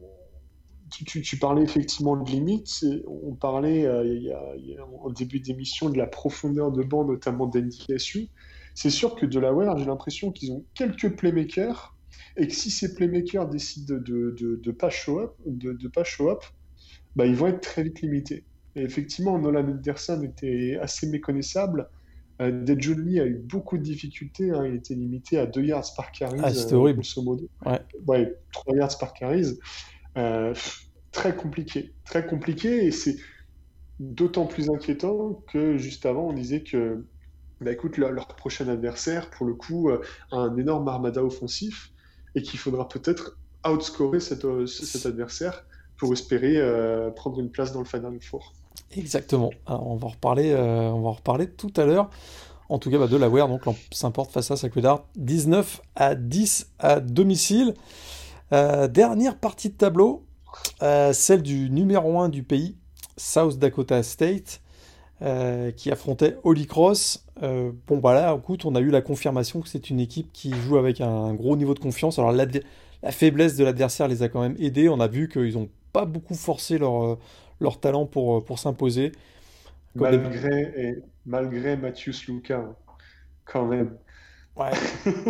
tu, tu- tu parlais effectivement de limites. Et on parlait euh, il y a, il y a- en début d'émission de la profondeur de banc, notamment d'N D S U. C'est sûr que Delaware, j'ai l'impression qu'ils ont quelques playmakers et que si ces playmakers décident de de, de pas show up, de, de pas show up, bah, ils vont être très vite limités. Et effectivement, Nolan Anderson était assez méconnaissable. Euh, Dejouni a eu beaucoup de difficultés, hein. Il était limité à deux yards par
Ah,
carries,
c'était
euh,
horrible.
grosso modo.
Ouais.
Ouais, trois yards par carries. Euh, très compliqué. Très compliqué. Et c'est d'autant plus inquiétant que juste avant, on disait que bah, écoute, leur, leur prochain adversaire, pour le coup, euh, a un énorme armada offensif et qu'il faudra peut-être outscorer cet, euh, cet adversaire pour espérer euh, prendre une place dans le Final Four.
Exactement. Alors, on va en reparler, euh, on va en reparler tout à l'heure. En tout cas, bah, Delaware donc s'importe face à Sacred Heart dix-neuf à dix à domicile. Euh, dernière partie de tableau, euh, celle du numéro un du pays, South Dakota State, euh, qui affrontait Holy Cross. Euh, bon, bah là, écoute, on a eu la confirmation que c'est une équipe qui joue avec un gros niveau de confiance. Alors, la, la faiblesse de l'adversaire les a quand même aidés. On a vu qu'ils n'ont pas beaucoup forcé leur, euh, leur talent pour, euh, pour s'imposer. Qu'au début...
Malgré, et, malgré Mathius Luca, hein, quand même.
Ouais,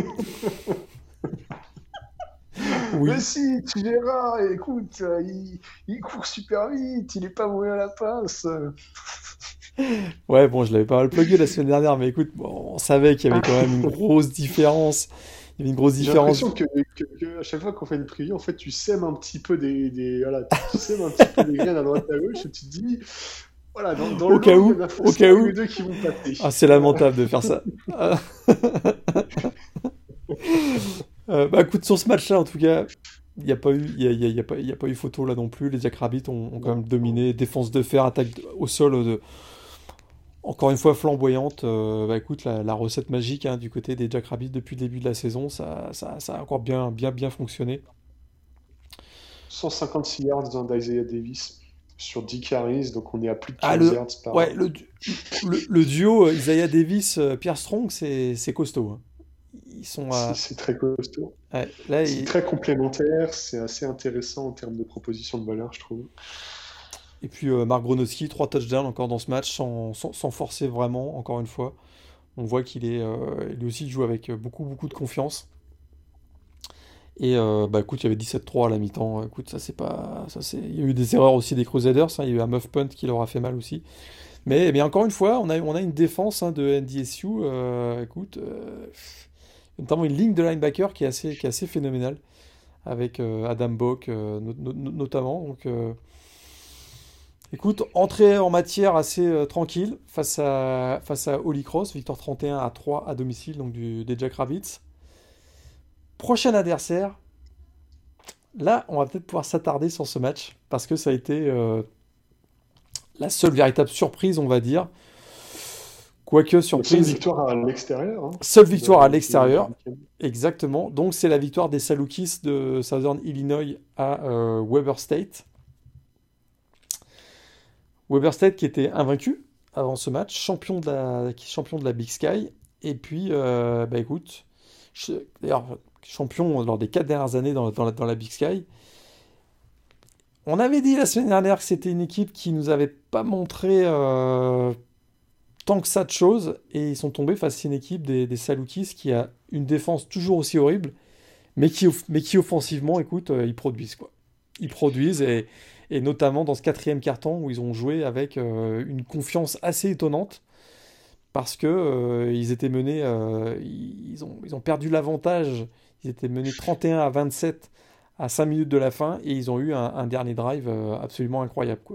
oui.
Mais si, tu verras, écoute, euh, il, il court super vite, il est pas mauvais à la passe.
Ouais, bon, je l'avais pas mal plugué la semaine dernière, mais écoute, bon, on savait qu'il y avait quand même une grosse différence. Il y avait une grosse
J'ai
différence.
l'impression que, que, que à chaque fois qu'on fait une preview, en fait, tu sèmes un petit peu des, des voilà, tu, tu sèmes un petit peu des graines à droite à gauche et tu te dis, voilà, dans, dans
Au
le
cas
lot, il y
où,
en a
au cas
forcément un ou
où.
deux qui vont passer.
Ah, c'est
Voilà.
lamentable de faire ça. Ah. Euh, bah, écoute, sur ce match-là, en tout cas, il n'y a pas eu, il y a, il y a- il y a pas, il y a pas eu photo là non plus. Les Jackrabbits ont, ont quand
Non,
même
non.
dominé. Défense de fer, attaque au sol, euh, de- encore une fois flamboyante. Euh, bah, écoute, la, la recette magique hein, du côté des Jackrabbits depuis le début de la saison, ça, ça, ça a encore bien, bien, bien fonctionné.
cent cinquante-six yards hein, d'Isaiah Davis sur dix carries, donc on est à plus de
Ah,
quinze
le,
yards par.
ouais, le, du- le, le duo euh, Isaiah Davis, euh, Pierre Strong, c'est c'est costaud. Hein. Ils sont
C'est
à.
c'est très costaud.
Ouais, là,
C'est
il-
très complémentaire, c'est assez intéressant en termes de proposition de valeur, je trouve.
Et puis euh, Mark Gronowski, trois touchdowns encore dans ce match, sans, sans, sans forcer vraiment, encore une fois. On voit qu'il est, euh, lui aussi il joue avec beaucoup, beaucoup de confiance. Et euh, bah écoute, il y avait dix-sept trois à la mi-temps. Écoute, ça c'est pas. Ça, c'est... Il y a eu des erreurs aussi des Crusaders, hein. Il y a eu un muff punt qui leur a fait mal aussi. Mais, mais encore une fois, on a, on a une défense hein, de N D S U. Euh, écoute, euh, notamment une ligne de linebacker qui est assez, qui est assez phénoménale. Avec euh, Adam Bock euh, no- no- no- notamment. Donc, euh, écoute, entrée en matière assez euh, tranquille face à, face à Holy Cross, victoire trente et un à trois à domicile donc du, des Jackrabbits. Prochain adversaire, là on va peut-être pouvoir s'attarder sur ce match parce que ça a été euh, la seule véritable surprise, on va dire. Quoique
La seule
surprise,
victoire à l'extérieur hein,
seule victoire à
de, de- du
l'extérieur,
week-end.
exactement. Donc c'est la victoire des Salukis de Southern Illinois à euh, Weber State. Weber State qui était invaincu avant ce match, champion de la, champion de la Big Sky. Et puis, euh, bah écoute, je- d'ailleurs, champion lors des quatre dernières années dans, dans la, dans la Big Sky. On avait dit la semaine dernière que c'était une équipe qui nous avait pas montré euh, tant que ça de choses. Et ils sont tombés face à une équipe des, des Salukis qui a une défense toujours aussi horrible, mais qui, off- mais qui offensivement, écoute, euh, ils produisent quoi. Ils produisent et, et notamment dans ce quatrième quart-temps où ils ont joué avec euh, une confiance assez étonnante. parce que euh, ils étaient menés, euh, ils ont, ils ont perdu l'avantage. Ils étaient menés trente et un à vingt-sept à cinq minutes de la fin et ils ont eu un, un dernier drive euh, absolument incroyable, quoi.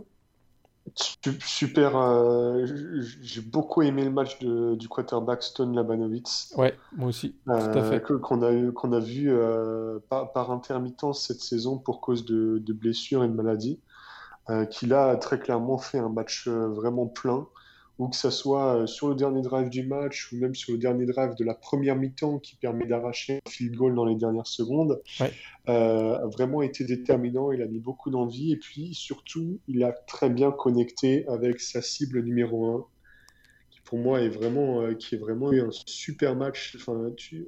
Su- Super. euh, j- j'ai beaucoup aimé le match de- du quarterback Stone Labanowitz.
Ouais, moi aussi, tout à
Euh,
fait.
que- qu'on a, eu- qu'on a vu euh, par, par intermittence cette saison pour cause de, de blessures et de maladies, euh, qu'il a très clairement fait un match euh, vraiment plein, ou que ça soit euh, sur le dernier drive du match, ou même sur le dernier drive de la première mi-temps qui permet d'arracher un field goal dans les dernières secondes,
Ouais,
euh, a vraiment été déterminant, il a mis beaucoup d'envie, et puis surtout, il a très bien connecté avec sa cible numéro un, qui pour moi est vraiment, euh, qui est vraiment eu un super match. Enfin, tu,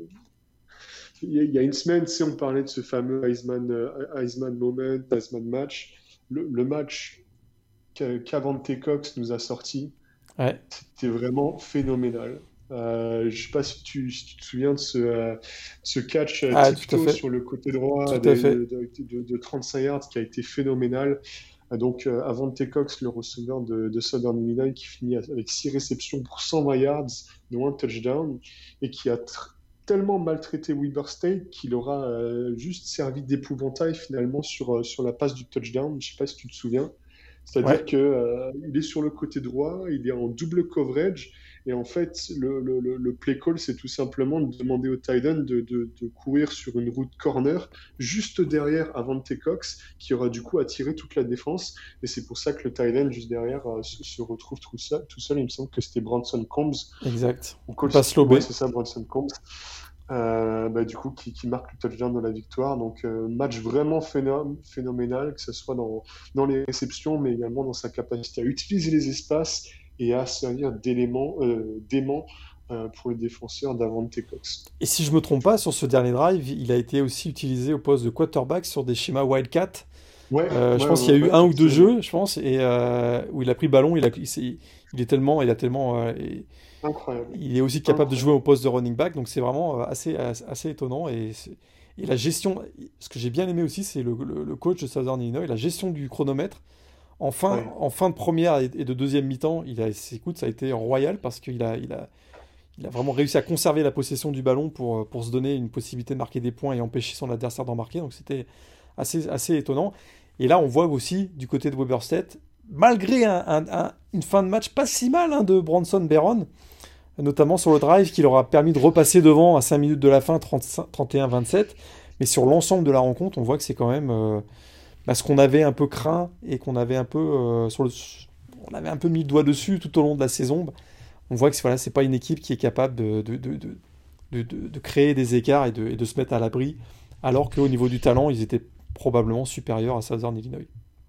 il y a il y a une semaine, tu sais, on parlait de ce fameux Heisman, euh, Heisman moment, Heisman match. Le, le match qu'a- qu'Avante Cox nous a sorti,
ouais.
c'était vraiment phénoménal. Euh, je sais pas si tu, si tu te souviens de ce, euh, ce catch euh,
Ah, tout à
tiptoe
fait,
sur le côté droit
tout à
de,
fait.
de, de, de- de trente-cinq yards qui a été phénoménal. Euh, Donc, euh, Avante Cox, le receveur de, de Southern Illinois, qui finit avec six réceptions pour cent vingt yards, dont un touchdown, et qui a tr- tellement maltraité Weber State qu'il aura euh, juste servi d'épouvantail finalement sur, euh, sur la passe du touchdown. Je sais pas si tu te souviens. C'est-à-dire
Ouais,
que euh, il est sur le côté droit, il est en double coverage, et en fait, le, le, le- le play call, c'est tout simplement de demander au tight end de, de, de courir sur une route corner juste derrière Avante Cox, qui aura du coup attiré toute la défense. Et c'est pour ça que le tight end juste derrière euh, se, se retrouve tout seul, tout seul. Il me semble que c'était Branson Combs,
exact.
ou
Une
Cole-
passe
ouais,
lobée.
c'est ça, Branson Combs. Euh, bah, du coup, qui, qui marque le touchdown de la victoire. Donc, euh, match vraiment phénom- phénoménal, que ce soit dans, dans les réceptions, mais également dans sa capacité à utiliser les espaces et à servir d'élément euh, d'aimant euh, pour les défenseurs d'Avante Cox.
Et si je me trompe pas, sur ce dernier drive, il a été aussi utilisé au poste de quarterback sur des schémas Wildcat.
Ouais,
Euh, je
ouais,
pense qu'il y a
ouais,
eu
ouais,
un ou deux
absolument.
jeux, je pense, et euh, où il a pris le ballon, il a, il, s'est- il est tellement, il a tellement, euh, et-
Incroyable.
il est aussi capable de jouer au
Incroyable.
poste de running back, donc c'est vraiment euh, assez, assez, assez étonnant. Et, c'est- et la gestion, ce que j'ai bien aimé aussi, c'est le, le- le coach de Southern Illinois, la gestion du chronomètre. En fin,
Ouais.
en fin de première et, et de deuxième mi-temps, il a, écoute, ça a été royal parce qu'il a, il a, il a vraiment réussi à conserver la possession du ballon pour, pour se donner une possibilité de marquer des points et empêcher son adversaire d'en marquer. Donc c'était assez, assez étonnant. Et là, on voit aussi du côté de Weber State, malgré un- un- un- une fin de match pas si mal hein, de Bronson Barron, notamment sur le drive qui leur a permis de repasser devant à cinq minutes de la fin, trente-cinq trente et un vingt-sept. Mais sur l'ensemble de la rencontre, on voit que c'est quand même euh, bah, ce qu'on avait un peu craint et qu'on avait un peu euh, sur le, on avait un peu mis le doigt dessus tout au long de la saison. On voit que c'est voilà, c'est pas une équipe qui est capable de, de, de, de, de- de- de créer des écarts et de, et de se mettre à l'abri, alors qu'au niveau du talent, ils étaient probablement supérieurs à Southern Illinois.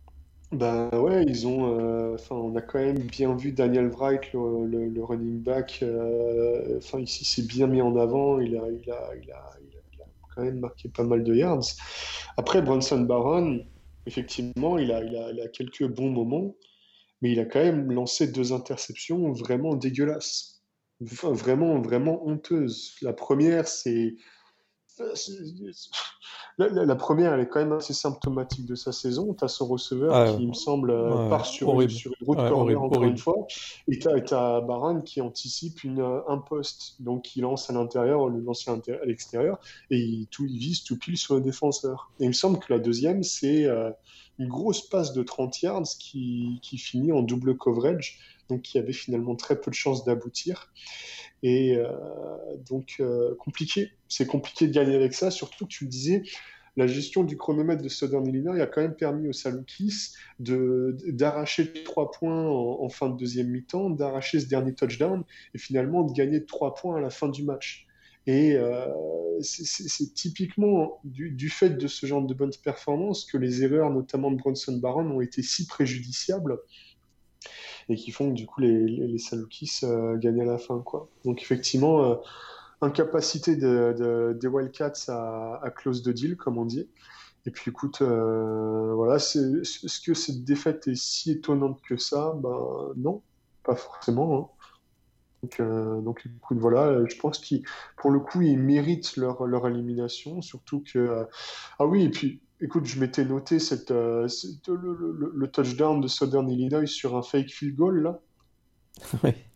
Ben ouais, ils ont. euh, Enfin, on a quand même bien vu Daniel Wright, le, le- le running back. euh, Enfin, ici, s'est bien mis en avant. Il a, il a, il a, il a, il a quand même marqué pas mal de yards. Après, Bronson Barron, effectivement, il a, il a, il a quelques bons moments, mais il a quand même lancé deux interceptions vraiment dégueulasses. Enfin, vraiment, vraiment honteuses. La première, c'est la, la- la première, elle est quand même assez symptomatique de sa saison. Tu as son receveur
Ah,
qui, il me semble, euh,
ouais,
part sur une,
horrible.
sur une route
Ouais,
corner
horrible,
encore une
horrible.
fois. Et tu as, Baran qui anticipe une, euh, un poste. Donc il lance à l'intérieur, le lance à l'inté- à l'extérieur. Et il, tout, il vise tout pile sur le défenseur. Et il me semble que la deuxième, c'est euh, une grosse passe de trente yards qui, qui finit en double coverage. Donc qui avait finalement très peu de chances d'aboutir. Et euh, donc, euh, compliqué. C'est compliqué de gagner avec ça, surtout que tu le disais, la gestion du chronomètre de Southern Illinois a quand même permis aux Salukis de, d'arracher trois points en, en fin de deuxième mi-temps, d'arracher ce dernier touchdown et finalement de gagner trois points à la fin du match. Et euh, c'est, c'est- c'est typiquement du, du fait de ce genre de bonnes performances que les erreurs, notamment de Bronson Barron, ont été si préjudiciables et qui font que du coup les, les, les Salukis euh, gagnent à la fin, quoi. Donc effectivement, euh, incapacité de, de- des Wildcats à, à close the deal, comme on dit. Et puis écoute, euh, voilà, c'est, est-ce que cette défaite est si étonnante que ça? Ben non, pas forcément, hein. Donc, euh, donc écoute, voilà, euh, je pense qu'ils, pour le coup, ils méritent leur, leur élimination, surtout que... euh, ah oui, et puis, écoute, je m'étais noté cette, euh, cette- le, le- le- le touchdown de Southern Illinois sur un fake field goal, là.
Ouais.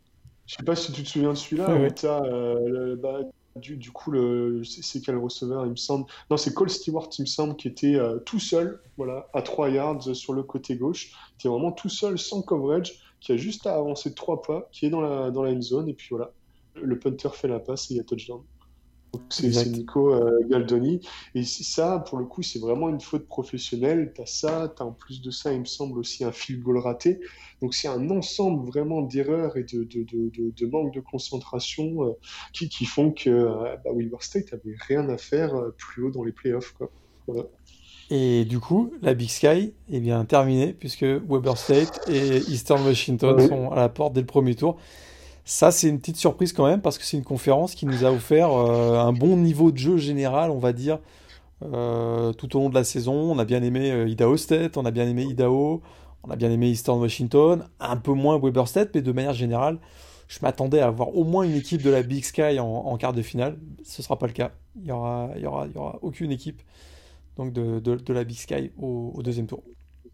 Je sais pas si tu te souviens de celui-là
Ouais,
où
ouais.
tu as bah, du, du coup le c'est c'est quel receveur il me semble. Non, c'est Cole Stewart il me semble qui était euh, tout seul, voilà, à trois yards euh, sur le côté gauche, qui est vraiment tout seul sans coverage, qui a juste à avancer de trois pas, qui est dans la dans la end zone et puis voilà, le punter fait la passe et il y a touchdown. Donc c'est c'est
Exact.
Nico euh, Galdoni. Et c'est ça, pour le coup, c'est vraiment une faute professionnelle. Tu as ça, tu as en plus de ça, il me semble aussi un field goal raté. Donc c'est un ensemble vraiment d'erreurs et de, de, de, de, de manque de concentration euh, qui, qui font que euh, bah, Weber State avait rien à faire euh, plus haut dans les playoffs, quoi. Voilà.
Et du coup, la Big Sky est bien terminée puisque Weber State et Eastern Washington
Ouais.
sont à la porte dès le premier tour. Ça, c'est une petite surprise quand même parce que c'est une conférence qui nous a offert euh, un bon niveau de jeu général, on va dire, euh, tout au long de la saison. On a bien aimé euh, Idaho State, on a bien aimé Idaho, on a bien aimé Eastern Washington, un peu moins Weber State, mais de manière générale, je m'attendais à avoir au moins une équipe de la Big Sky en, en quart de finale. Ce ne sera pas le cas. Il y aura, il y aura, il y aura aucune équipe donc de, de- de la Big Sky au, au deuxième tour.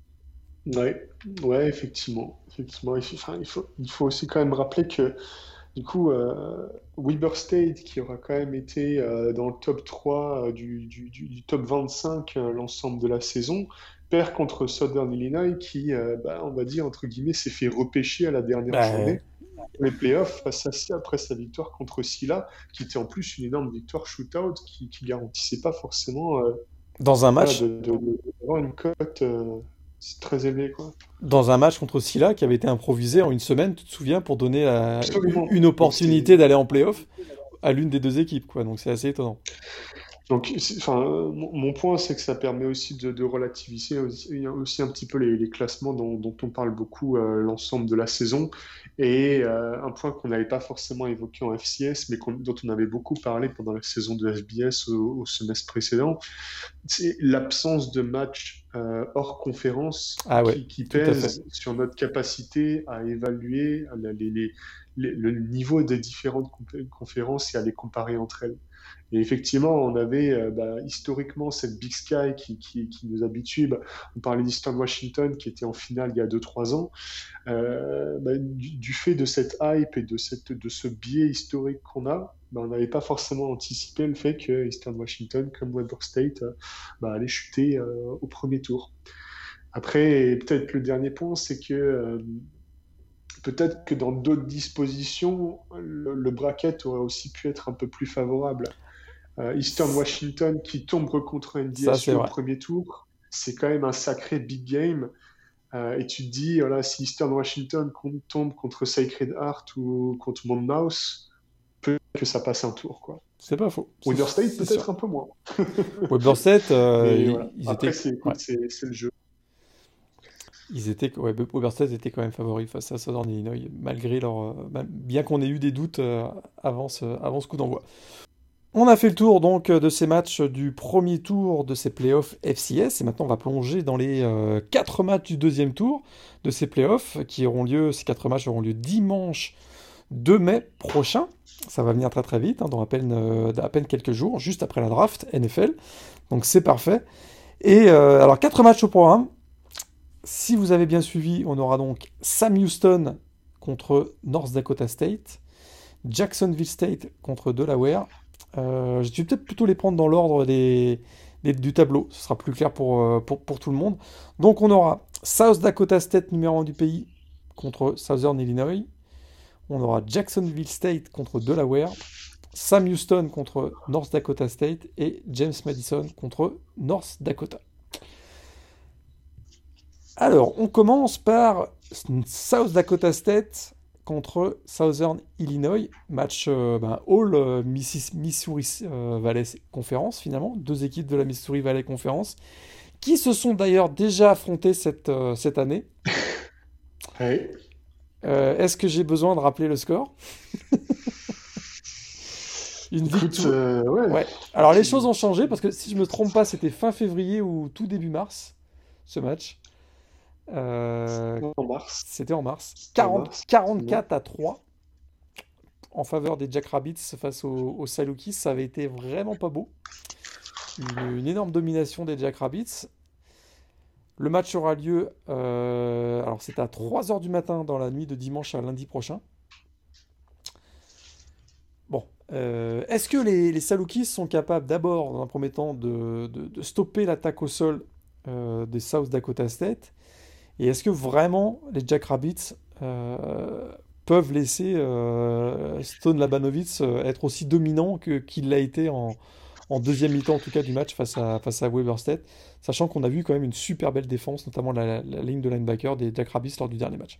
Ouais, ouais, effectivement. Effectivement. Il faut, enfin, il faut, il faut aussi quand même rappeler que du coup, euh, Weber State, qui aura quand même été euh, dans le top trois euh, du, du, du- du top vingt-cinq euh, l'ensemble de la saison, perd contre Southern Illinois, qui, euh, bah, on va dire, entre guillemets, s'est fait repêcher à la dernière
Bah,
journée pour les playoffs face à ça après sa victoire contre Silla, qui était en plus une énorme victoire shootout qui, qui garantissait pas forcément euh,
dans un
voilà,
match,
de, de- de- d'avoir une cote euh, très élevée, quoi.
dans un match contre Silla qui avait été improvisé en une semaine, tu te souviens, pour donner la-
Absolument.
une
Donc c'était
opportunité d'aller en playoff à l'une des deux équipes, quoi. Donc c'est assez étonnant.
Donc, c'est- enfin, euh, mon, mon point, c'est que ça permet aussi de, de relativiser aussi, aussi un petit peu les, les classements dont, dont on parle beaucoup euh, l'ensemble de la saison. Et euh, un point qu'on n'avait pas forcément évoqué en F C S, mais qu'on- dont on avait beaucoup parlé pendant la saison de F B S au, au semestre précédent, c'est l'absence de matchs euh, hors conférence
Ah ouais,
qui, qui
tout à fait.
pèse sur notre capacité à évaluer les, les- les- les- le niveau des différentes compé- conférences et à les comparer entre elles. Et effectivement, on avait euh, bah, historiquement cette Big Sky qui, qui, qui nous habitue. Bah, on parlait d'Eastern Washington qui était en finale il y a deux trois ans. Euh, bah, du, du fait de cette hype et de, cette, de ce biais historique qu'on a, bah, on n'avait pas forcément anticipé le fait que Eastern Washington, comme Weber State, euh, bah, allait chuter euh, au premier tour. Après, peut-être le dernier point, c'est que euh, peut-être que dans d'autres dispositions, le, le bracket aurait aussi pu être un peu plus favorable. Euh, Eastern Washington qui tombe contre
Ça, c'est
N D S U au
vrai.
premier tour, c'est quand même un sacré big game. Euh, et tu te dis, voilà, si Eastern Washington tombe contre Sacred Heart ou contre Monmouth, peut que ça passe un tour, quoi.
C'est pas faux. C'est
Weber State,
c'est sûr.
peut-être un peu moins.
Weber State, euh,
Mais
ils
voilà.
ils
Après,
étaient,
c'est,
ouais,
écoute, c'est, c'est le jeu.
ils étaient, ouais, Weber State était quand même favori face à Southern Illinois, malgré leur, euh, bah, bien qu'on ait eu des doutes euh, avant ce, avant ce coup d'envoi. On a fait le tour donc de ces matchs du premier tour de ces playoffs F C S et maintenant on va plonger dans les euh, quatre matchs du deuxième tour de ces playoffs qui auront lieu, ces quatre matchs auront lieu dimanche deux mai prochain. Ça va venir très très vite, hein, dans à peine, euh, à peine quelques jours, juste après la draft N F L. Donc c'est parfait. Et euh, alors quatre matchs au programme. Si vous avez bien suivi, on aura donc Sam Houston contre North Dakota State, Jacksonville State contre Delaware. Euh, je vais peut-être plutôt les prendre dans l'ordre des, des- du tableau, ce sera plus clair pour, euh, pour, pour tout le monde. Donc on aura South Dakota State numéro un du pays contre Southern Illinois. On aura Jacksonville State contre Delaware. Sam Houston contre North Dakota State et James Madison contre North Dakota. Alors, on commence par South Dakota State contre Southern Illinois, match euh, ben, All euh, Missis- Missouri euh, Valley Conference finalement, deux équipes de la Missouri Valley Conference qui se sont d'ailleurs déjà affrontées cette, euh, cette année.
Ouais.
Euh, est-ce que j'ai besoin de rappeler le score? Une
Écoute,
victoire.
euh, ouais.
Ouais. Alors les choses
Tu-
ont changé parce que si je me trompe pas, c'était fin février ou tout début mars ce match. Euh,
En mars.
C'était en mars.
C'était en
quarante,
mars, effectivement.
quarante-quatre à trois en faveur des Jackrabbits face aux, aux Salukis. Ça avait été vraiment pas beau. Une, une énorme domination des Jackrabbits. Le match aura lieu, euh, alors c'est à trois heures du matin dans la nuit de dimanche à lundi prochain. Euh, est-ce que les, les Salukis sont capables d'abord, dans un premier temps, de, de- de stopper l'attaque au sol euh, des South Dakota State? Et est-ce que vraiment les Jackrabbits euh, peuvent laisser euh, Stone Labanovitz euh, être aussi dominant que qu'il l'a été en, en deuxième mi-temps, en tout cas, du match face à, face à Weber State, sachant qu'on a vu quand même une super belle défense, notamment la, la ligne de linebacker des Jackrabbits lors du dernier match.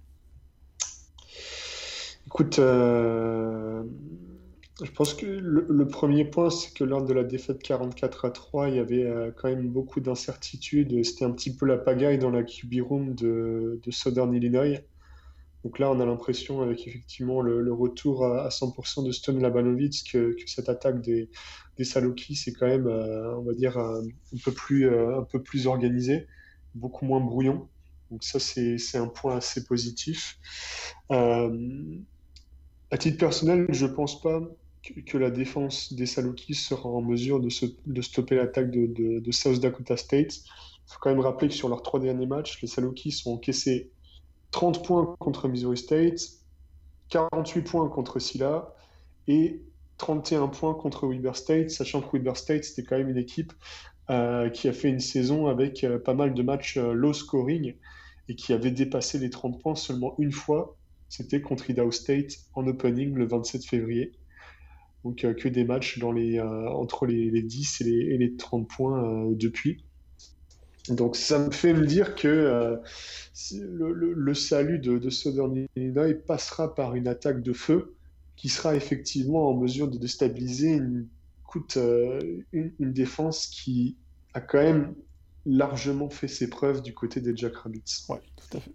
Écoute, euh, je pense que le, le premier point, c'est que lors de la défaite quarante-quatre à trois, il y avait euh, quand même beaucoup d'incertitudes. C'était un petit peu la pagaille dans la Q B room de, de Southern Illinois. Donc là, on a l'impression, avec effectivement le, le retour à, à cent pour cent de Stone Labanovitz, que, que cette attaque des, des Salukis, c'est quand même, euh, on va dire, euh, un peu plus, euh, un peu plus organisé, beaucoup moins brouillon. Donc ça, c'est, c'est un point assez positif. Euh, à titre personnel, je pense pas que, que la défense des Salukis sera en mesure de, se- de stopper l'attaque de, de- de South Dakota State. Il faut quand même rappeler que sur leurs trois derniers matchs, les Salukis ont encaissé trente points contre Missouri State, quarante-huit points contre Silla et trente et un points contre Weber State, sachant que Weber State, c'était quand même une équipe euh, qui a fait une saison avec euh, pas mal de matchs euh, low scoring et qui avait dépassé les trente points seulement une fois. C'était contre Idaho State en opening le vingt-sept février. Donc euh, que des matchs dans les, euh, entre les, les dix et les, et les trente points euh, depuis. Donc ça me fait me dire que euh, si- le, le- le salut de, de Southern Illinois passera par une attaque de feu qui sera effectivement en mesure de déstabiliser une, écoute, euh, une, une défense qui a quand même largement fait ses preuves du côté des Jackrabbits.
Ouais, tout à fait.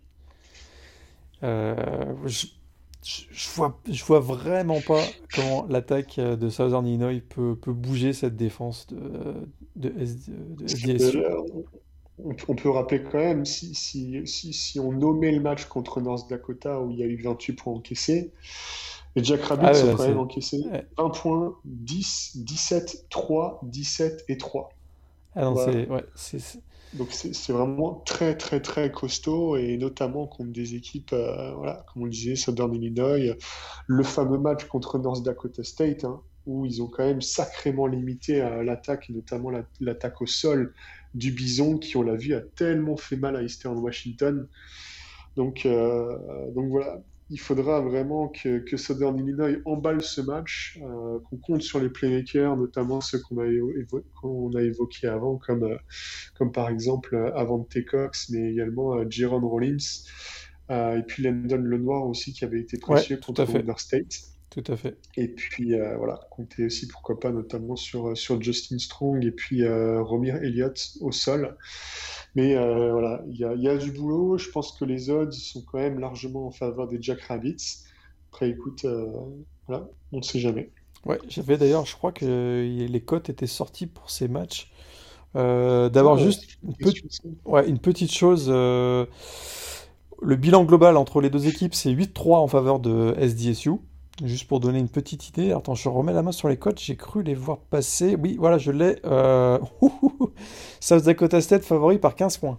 Euh, je, je, je vois, je vois vraiment pas comment l'attaque euh, de Southern Illinois peut, peut bouger cette défense de, de, S- de
Parce que,
S D S U.
euh, on, on peut rappeler quand même, si, si, si, si on nommait le match contre North Dakota où il y a eu vingt-huit points encaissés, les
Ah
Jackrabbits
ouais,
ont
là,
quand même
c'est.
encaissé
Ouais.
vingt points, dix, dix-sept, trois, dix-sept et trois.
Ah non,
Voilà.
c'est. Ouais, c'est. c'est-
Donc c'est c'est vraiment très très très costaud et notamment contre des équipes, euh, voilà, comme on le disait, Southern Illinois, le fameux match contre North Dakota State, hein, où ils ont quand même sacrément limité euh, l'attaque, et notamment la- l'attaque au sol du Bison, qui on l'a vu a tellement fait mal à Eastern Washington. Donc, euh, donc voilà, il faudra vraiment que, que Southern Illinois emballe ce match, euh, qu'on compte sur les playmakers, notamment ceux qu'on a, évo- qu'on a évoqués avant, comme, euh, comme par exemple euh, Avante Cox, mais également euh, Jaron Rollins, euh, et puis Landon Lenoir aussi, qui avait été
Ouais,
précieux
tout à
contre
fait.
Weber State.
Tout à fait.
Et puis euh, voilà, compter aussi, pourquoi pas, notamment sur, euh, sur Justin Strong et puis euh, Romir Elliott au sol. Mais euh, voilà, il y a, il y a du boulot. Je pense que les odds sont quand même largement en faveur des Jackrabbits. Après, écoute, euh, voilà, on ne sait jamais.
Ouais, j'avais d'ailleurs, je crois que les cotes étaient sorties pour ces matchs. Euh, D'abord,
Ah, ouais,
juste une,
c'est
pe-
sûr, ça.
ouais, une petite chose. Euh, le bilan global entre les deux équipes, c'est huit trois en faveur de S D S U. Juste pour donner une petite idée. Attends, je remets la main sur les cotes. J'ai cru les voir passer. Oui, voilà, je l'ai. Euh... South Dakota State favori par quinze points.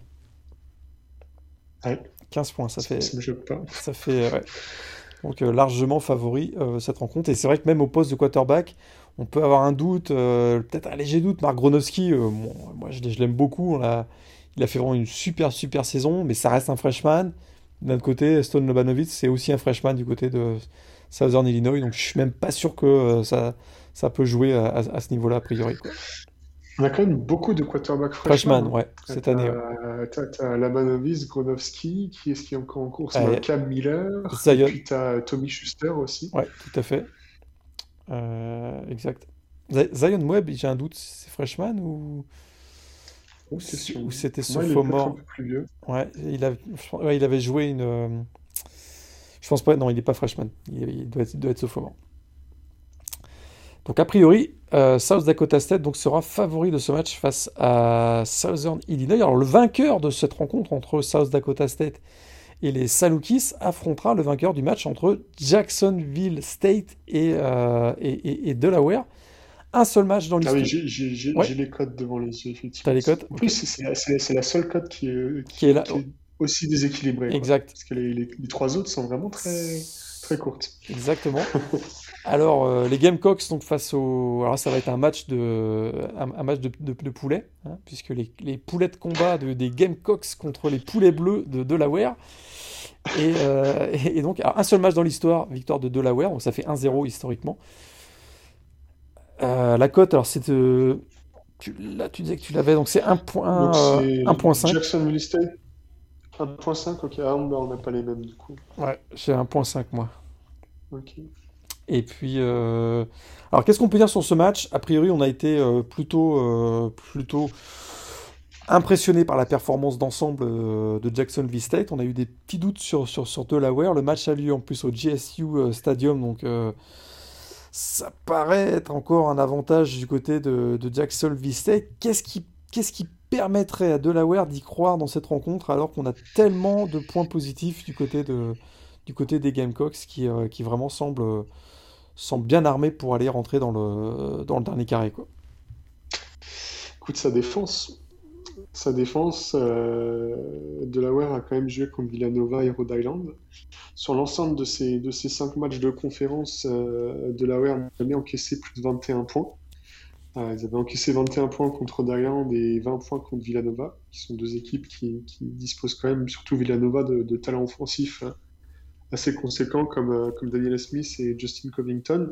Ouais,
quinze points, ça
ça
fait.
ne me choque pas.
Ça fait ouais. Donc euh, largement favori euh, cette rencontre. Et c'est vrai que même au poste de quarterback, on peut avoir un doute, euh, peut-être un léger doute. Mark Gronowski, euh, bon, moi je, l'ai- je l'aime beaucoup. On l'a- il a fait vraiment une super super saison, mais ça reste un freshman. D'un autre côté, Stone Lobanovitz, c'est aussi un freshman du côté de Southern Illinois. Donc je suis même pas sûr que euh, ça, ça peut jouer à, à- à ce niveau-là a priori, quoi.
On a quand même beaucoup de quarterbacks freshmen,
Freshman,
hein.
ouais, cette année, ouais.
T'as, t'as, t'as Labanovis, Gronowski, qui est-ce qui est encore en course? Ben,
Euh,
Cam Miller, et
Zion,
puis t'as Tommy Schuster aussi.
ouais, tout à fait. Euh, exact. Z- Zion Webb, j'ai un doute, c'est freshman ou, ou
Bonne
c'est-
question.
ou c'était
Pour moi, il est peut-être un
sophomore?
peu plus vieux.
Ouais, il a, je pense- ouais, il avait joué une. euh, je pense pas, non, il n'est pas freshman. Il, il doit être, il doit être sophomore. Donc a priori, euh, South Dakota State donc, sera favori de ce match face à Southern Illinois. Alors le vainqueur de cette rencontre entre South Dakota State et les Salukis affrontera le vainqueur du match entre Jacksonville State et, euh, et, et- et Delaware. Un seul match dans
Ah oui,
l'histoire.
j'ai j'ai- j'ai-
Ouais,
j'ai les codes devant les yeux,
t'as
effectivement.
les cotes?
En plus,
Ok.
c'est c'est la, c'est- c'est la seule cote qui est,
Qui est
qui,
là.
qui est aussi déséquilibrée, quoi.
Exact.
Parce que les, les- les trois autres sont vraiment très, très courtes.
Exactement. Alors, euh, les Gamecocks, donc face au. Alors, ça va être un match de, un, un match de, de, de poulets, hein, puisque les, les poulets de combat de, des Gamecocks contre les poulets bleus de Delaware. Et, euh, et, et donc, alors, un seul match dans l'histoire, victoire de Delaware, donc ça fait un zéro historiquement. Euh, la cote, alors, c'est. Euh, tu, là, tu disais que tu l'avais, donc c'est
Donc
un
c'est
virgule cinq.
Jacksonville State. un virgule cinq, ok. Ah, on n'a pas les mêmes du coup.
Ouais, j'ai un virgule cinq moi.
Ok.
Et puis, euh, alors qu'est-ce qu'on peut dire sur ce match? A priori, on a été euh, plutôt, euh, plutôt impressionné par la performance d'ensemble euh, de Jacksonville State. On a eu des petits doutes sur, sur, sur Delaware. Le match a lieu en plus au G S U euh, Stadium, donc euh, ça paraît être encore un avantage du côté de, de Jacksonville State. Qu'est-ce qui, qu'est-ce qui permettrait à Delaware d'y croire dans cette rencontre alors qu'on a tellement de points positifs du côté, de, du côté des Gamecocks qui, euh, qui vraiment semblent semble bien armé pour aller rentrer dans le, dans le dernier carré, quoi.
Écoute, sa défense. Sa défense, euh, Delaware a quand même joué contre Villanova et Rhode Island. Sur l'ensemble de ces, de ces cinq matchs de conférence, euh, Delaware n'a jamais encaissé plus de vingt et un points. Euh, ils avaient encaissé vingt et un points contre Rhode Island et vingt points contre Villanova, qui sont deux équipes qui, qui disposent quand même, surtout Villanova, de, de talents offensifs hein, assez conséquents comme, euh, comme Daniel Smith et Justin Covington.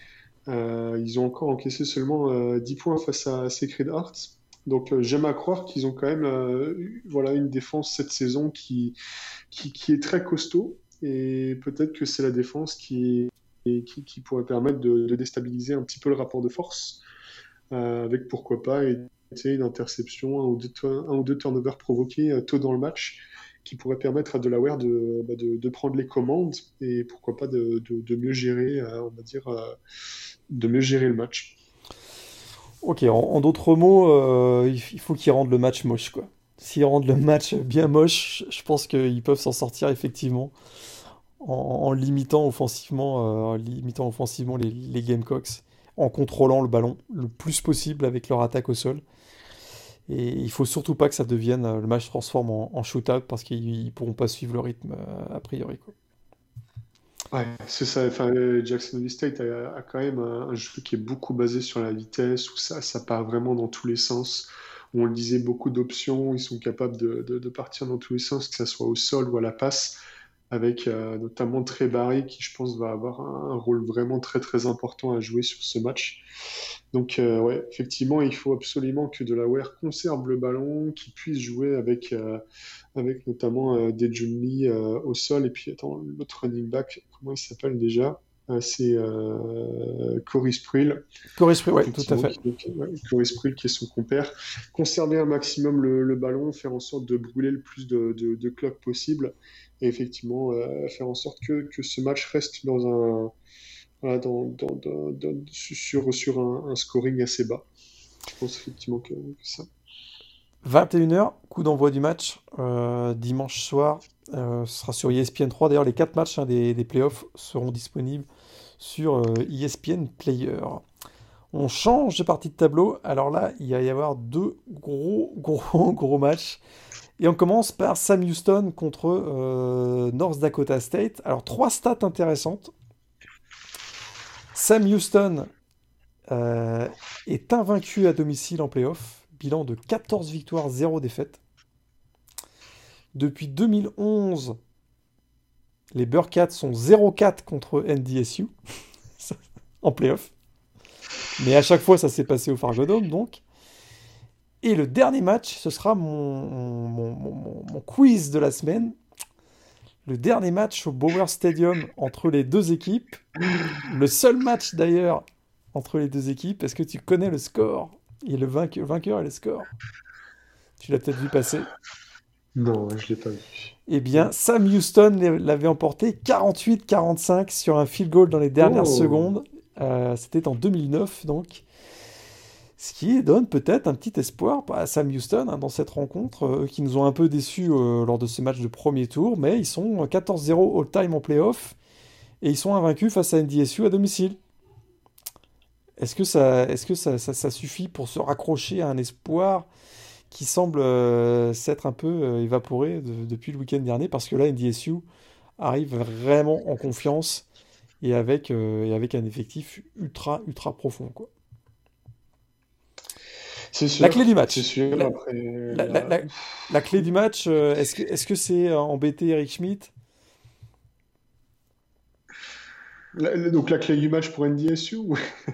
Euh, ils ont encore encaissé seulement euh, dix points face à Sacred Heart. Donc euh, j'aime à croire qu'ils ont quand même euh, eu- voilà, une défense cette saison qui, qui, qui est très costaud. Et peut-être que c'est la défense qui, et qui, qui pourrait permettre de, de déstabiliser un petit peu le rapport de force, euh, avec pourquoi pas éviter une interception, un ou deux, tu- un ou deux turnovers provoqués euh, tôt dans le match, qui pourrait permettre à Delaware de, bah, de, de prendre les commandes et pourquoi pas de, de, de mieux gérer, euh, on va dire, euh, de mieux gérer le match.
Ok, en, en d'autres mots, euh, il, il faut qu'ils rendent le match moche, quoi. S'ils rendent le match bien moche, je pense qu'ils peuvent s'en sortir effectivement en, en limitant offensivement, euh, en limitant offensivement les, les Gamecocks, en contrôlant le ballon le plus possible avec leur attaque au sol. Et il faut surtout pas que ça devienne euh, le match se transforme en, en shootout parce qu'ils pourront pas suivre le rythme euh, a priori, quoi.
Ouais, c'est ça. Enfin, euh, Jacksonville State a, a quand même un, un jeu qui est beaucoup basé sur la vitesse, où ça, ça part vraiment dans tous les sens. Où on le disait, beaucoup d'options. Ils sont capables de, de, de partir dans tous les sens, que ce soit au sol ou à la passe, avec euh, notamment Trey Barry, qui je pense va avoir un, un rôle vraiment très très important à jouer sur ce match. Donc, euh, ouais, effectivement, il faut absolument que Delaware conserve le ballon, qu'il puisse jouer avec, euh, avec notamment euh, Dejun Lee euh, au sol. Et puis, attends, l'autre running back, comment il s'appelle déjà? Euh, c'est euh, Corey Sprill,
Corey Spray, ouais, tout à
effectivement,
fait.
qui, qui- ouais, Corey Sprill qui est son compère. Conserver un maximum le, le ballon, faire en sorte de brûler le plus de, de, de clock possible. Et effectivement, euh, faire en sorte que, que ce match reste dans un, voilà, dans, dans- dans- dans- sur, sur un, un scoring assez bas. Je pense effectivement que, que ça.
vingt et une heures, coup d'envoi du match, euh, dimanche soir. Euh, ce sera sur E S P N trois. D'ailleurs, les quatre matchs hein, des, des playoffs seront disponibles sur euh, E S P N Player. On change de partie de tableau. Alors là, il va y avoir deux gros, gros, gros matchs. Et on commence par Sam Houston contre euh, North Dakota State. Alors, trois stats intéressantes. Sam Houston euh, est invaincu à domicile en playoff. Bilan de quatorze victoires, zéro défaite. Depuis deux mille onze, les Bearcats sont zéro quatre contre N D S U en playoff. Mais à chaque fois, ça s'est passé au Fargo Dome, donc. Et le dernier match, ce sera mon, mon, mon- mon- mon quiz de la semaine. Le dernier match au Bauer Stadium entre les deux équipes. Le seul match d'ailleurs entre les deux équipes. Est-ce que tu connais le score? Et le vainque- vainqueur et le score? Tu l'as peut-être vu passer.
Non, je l'ai pas vu.
Eh bien, Sam Houston l'avait emporté quarante-huit quarante-cinq sur un field goal dans les dernières
Oh,
secondes. Euh, c'était en deux mille neuf, donc. Ce qui donne peut-être un petit espoir à Sam Houston hein, dans cette rencontre, euh, eux qui nous ont un peu déçus euh, lors de ce match de premier tour, mais ils sont quatorze zéro all-time en playoff et ils sont invaincus face à N D S U à domicile. Est-ce que ça, est-ce que ça, ça- ça suffit pour se raccrocher à un espoir qui semble euh, s'être un peu euh, évaporé de- depuis le week-end dernier? Parce que là, N D S U arrive vraiment en confiance et avec, euh, et avec un effectif ultra, ultra profond, quoi.
C'est
La clé
sûr,
du
c'est
match.
sûr.
La,
Après,
la, la,
là,
la- la clé du match, euh, est-ce que, est-ce que c'est euh, embêter Eric Schmidt?
la- donc la clé du match pour N D S U.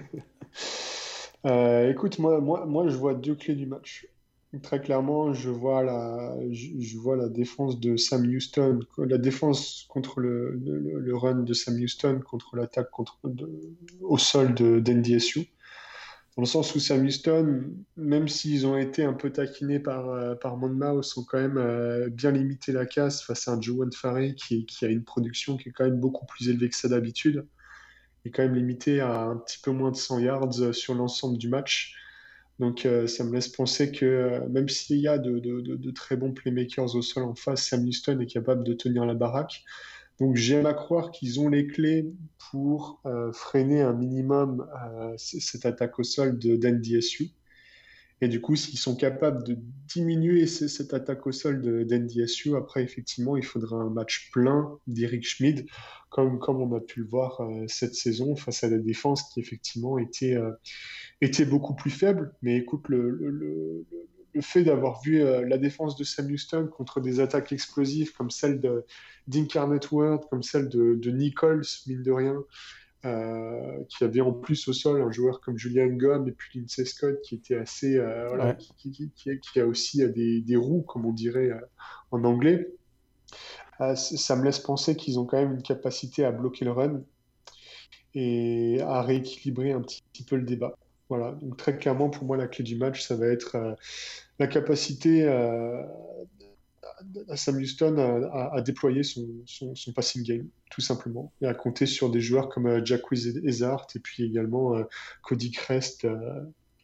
Euh, écoute, moi, moi, moi, je vois deux clés du match. Très clairement, je vois la, je, je vois la défense de Sam Houston, la défense contre le, le, le run de Sam Houston contre l'attaque contre, de- au sol de d'N D S U. Dans le sens où Sam Houston, même s'ils ont été un peu taquinés par, euh, par Monmouth, ont quand même euh, bien limité la casse face à un Juwan Farré qui, qui a une production qui est quand même beaucoup plus élevée que ça d'habitude. Il est quand même limité à un petit peu moins de cent yards euh, sur l'ensemble du match. Donc euh, ça me laisse penser que euh, même s'il y a de, de- de- de très bons playmakers au sol en face, Sam Houston est capable de tenir la baraque. Donc j'aime à croire qu'ils ont les clés pour euh, freiner un minimum euh, c- cette attaque au sol de d'N D S U. Et du coup, s'ils sont capables de diminuer ce- cette attaque au sol de d'N D S U, après, effectivement, il faudra un match plein d'Eric Schmid, comme, comme on a pu le voir euh, cette saison face à la défense qui, effectivement, était, euh, était beaucoup plus faible. Mais écoute, le, le, le, le fait d'avoir vu euh, la défense de Sam Houston contre des attaques explosives comme celle de d'Incarnate Word, comme celle de, de Nichols, mine de rien, euh, qui avait en plus au sol un joueur comme Julian Gom et puis Lindsey Scott qui était assez, euh, voilà,
Ouais.
qui, qui, qui, qui a, qui a aussi euh, des, des roues, comme on dirait euh, en anglais. Euh, c- ça me laisse penser qu'ils ont quand même une capacité à bloquer le run et à rééquilibrer un petit, petit peu le débat. Voilà, donc très clairement pour moi la clé du match, ça va être euh, la capacité euh, à Sam Houston à, à- à déployer son, son, son passing game, tout simplement, et à compter sur des joueurs comme euh, Jacquizz Ezart et puis également euh, Cody Crest euh,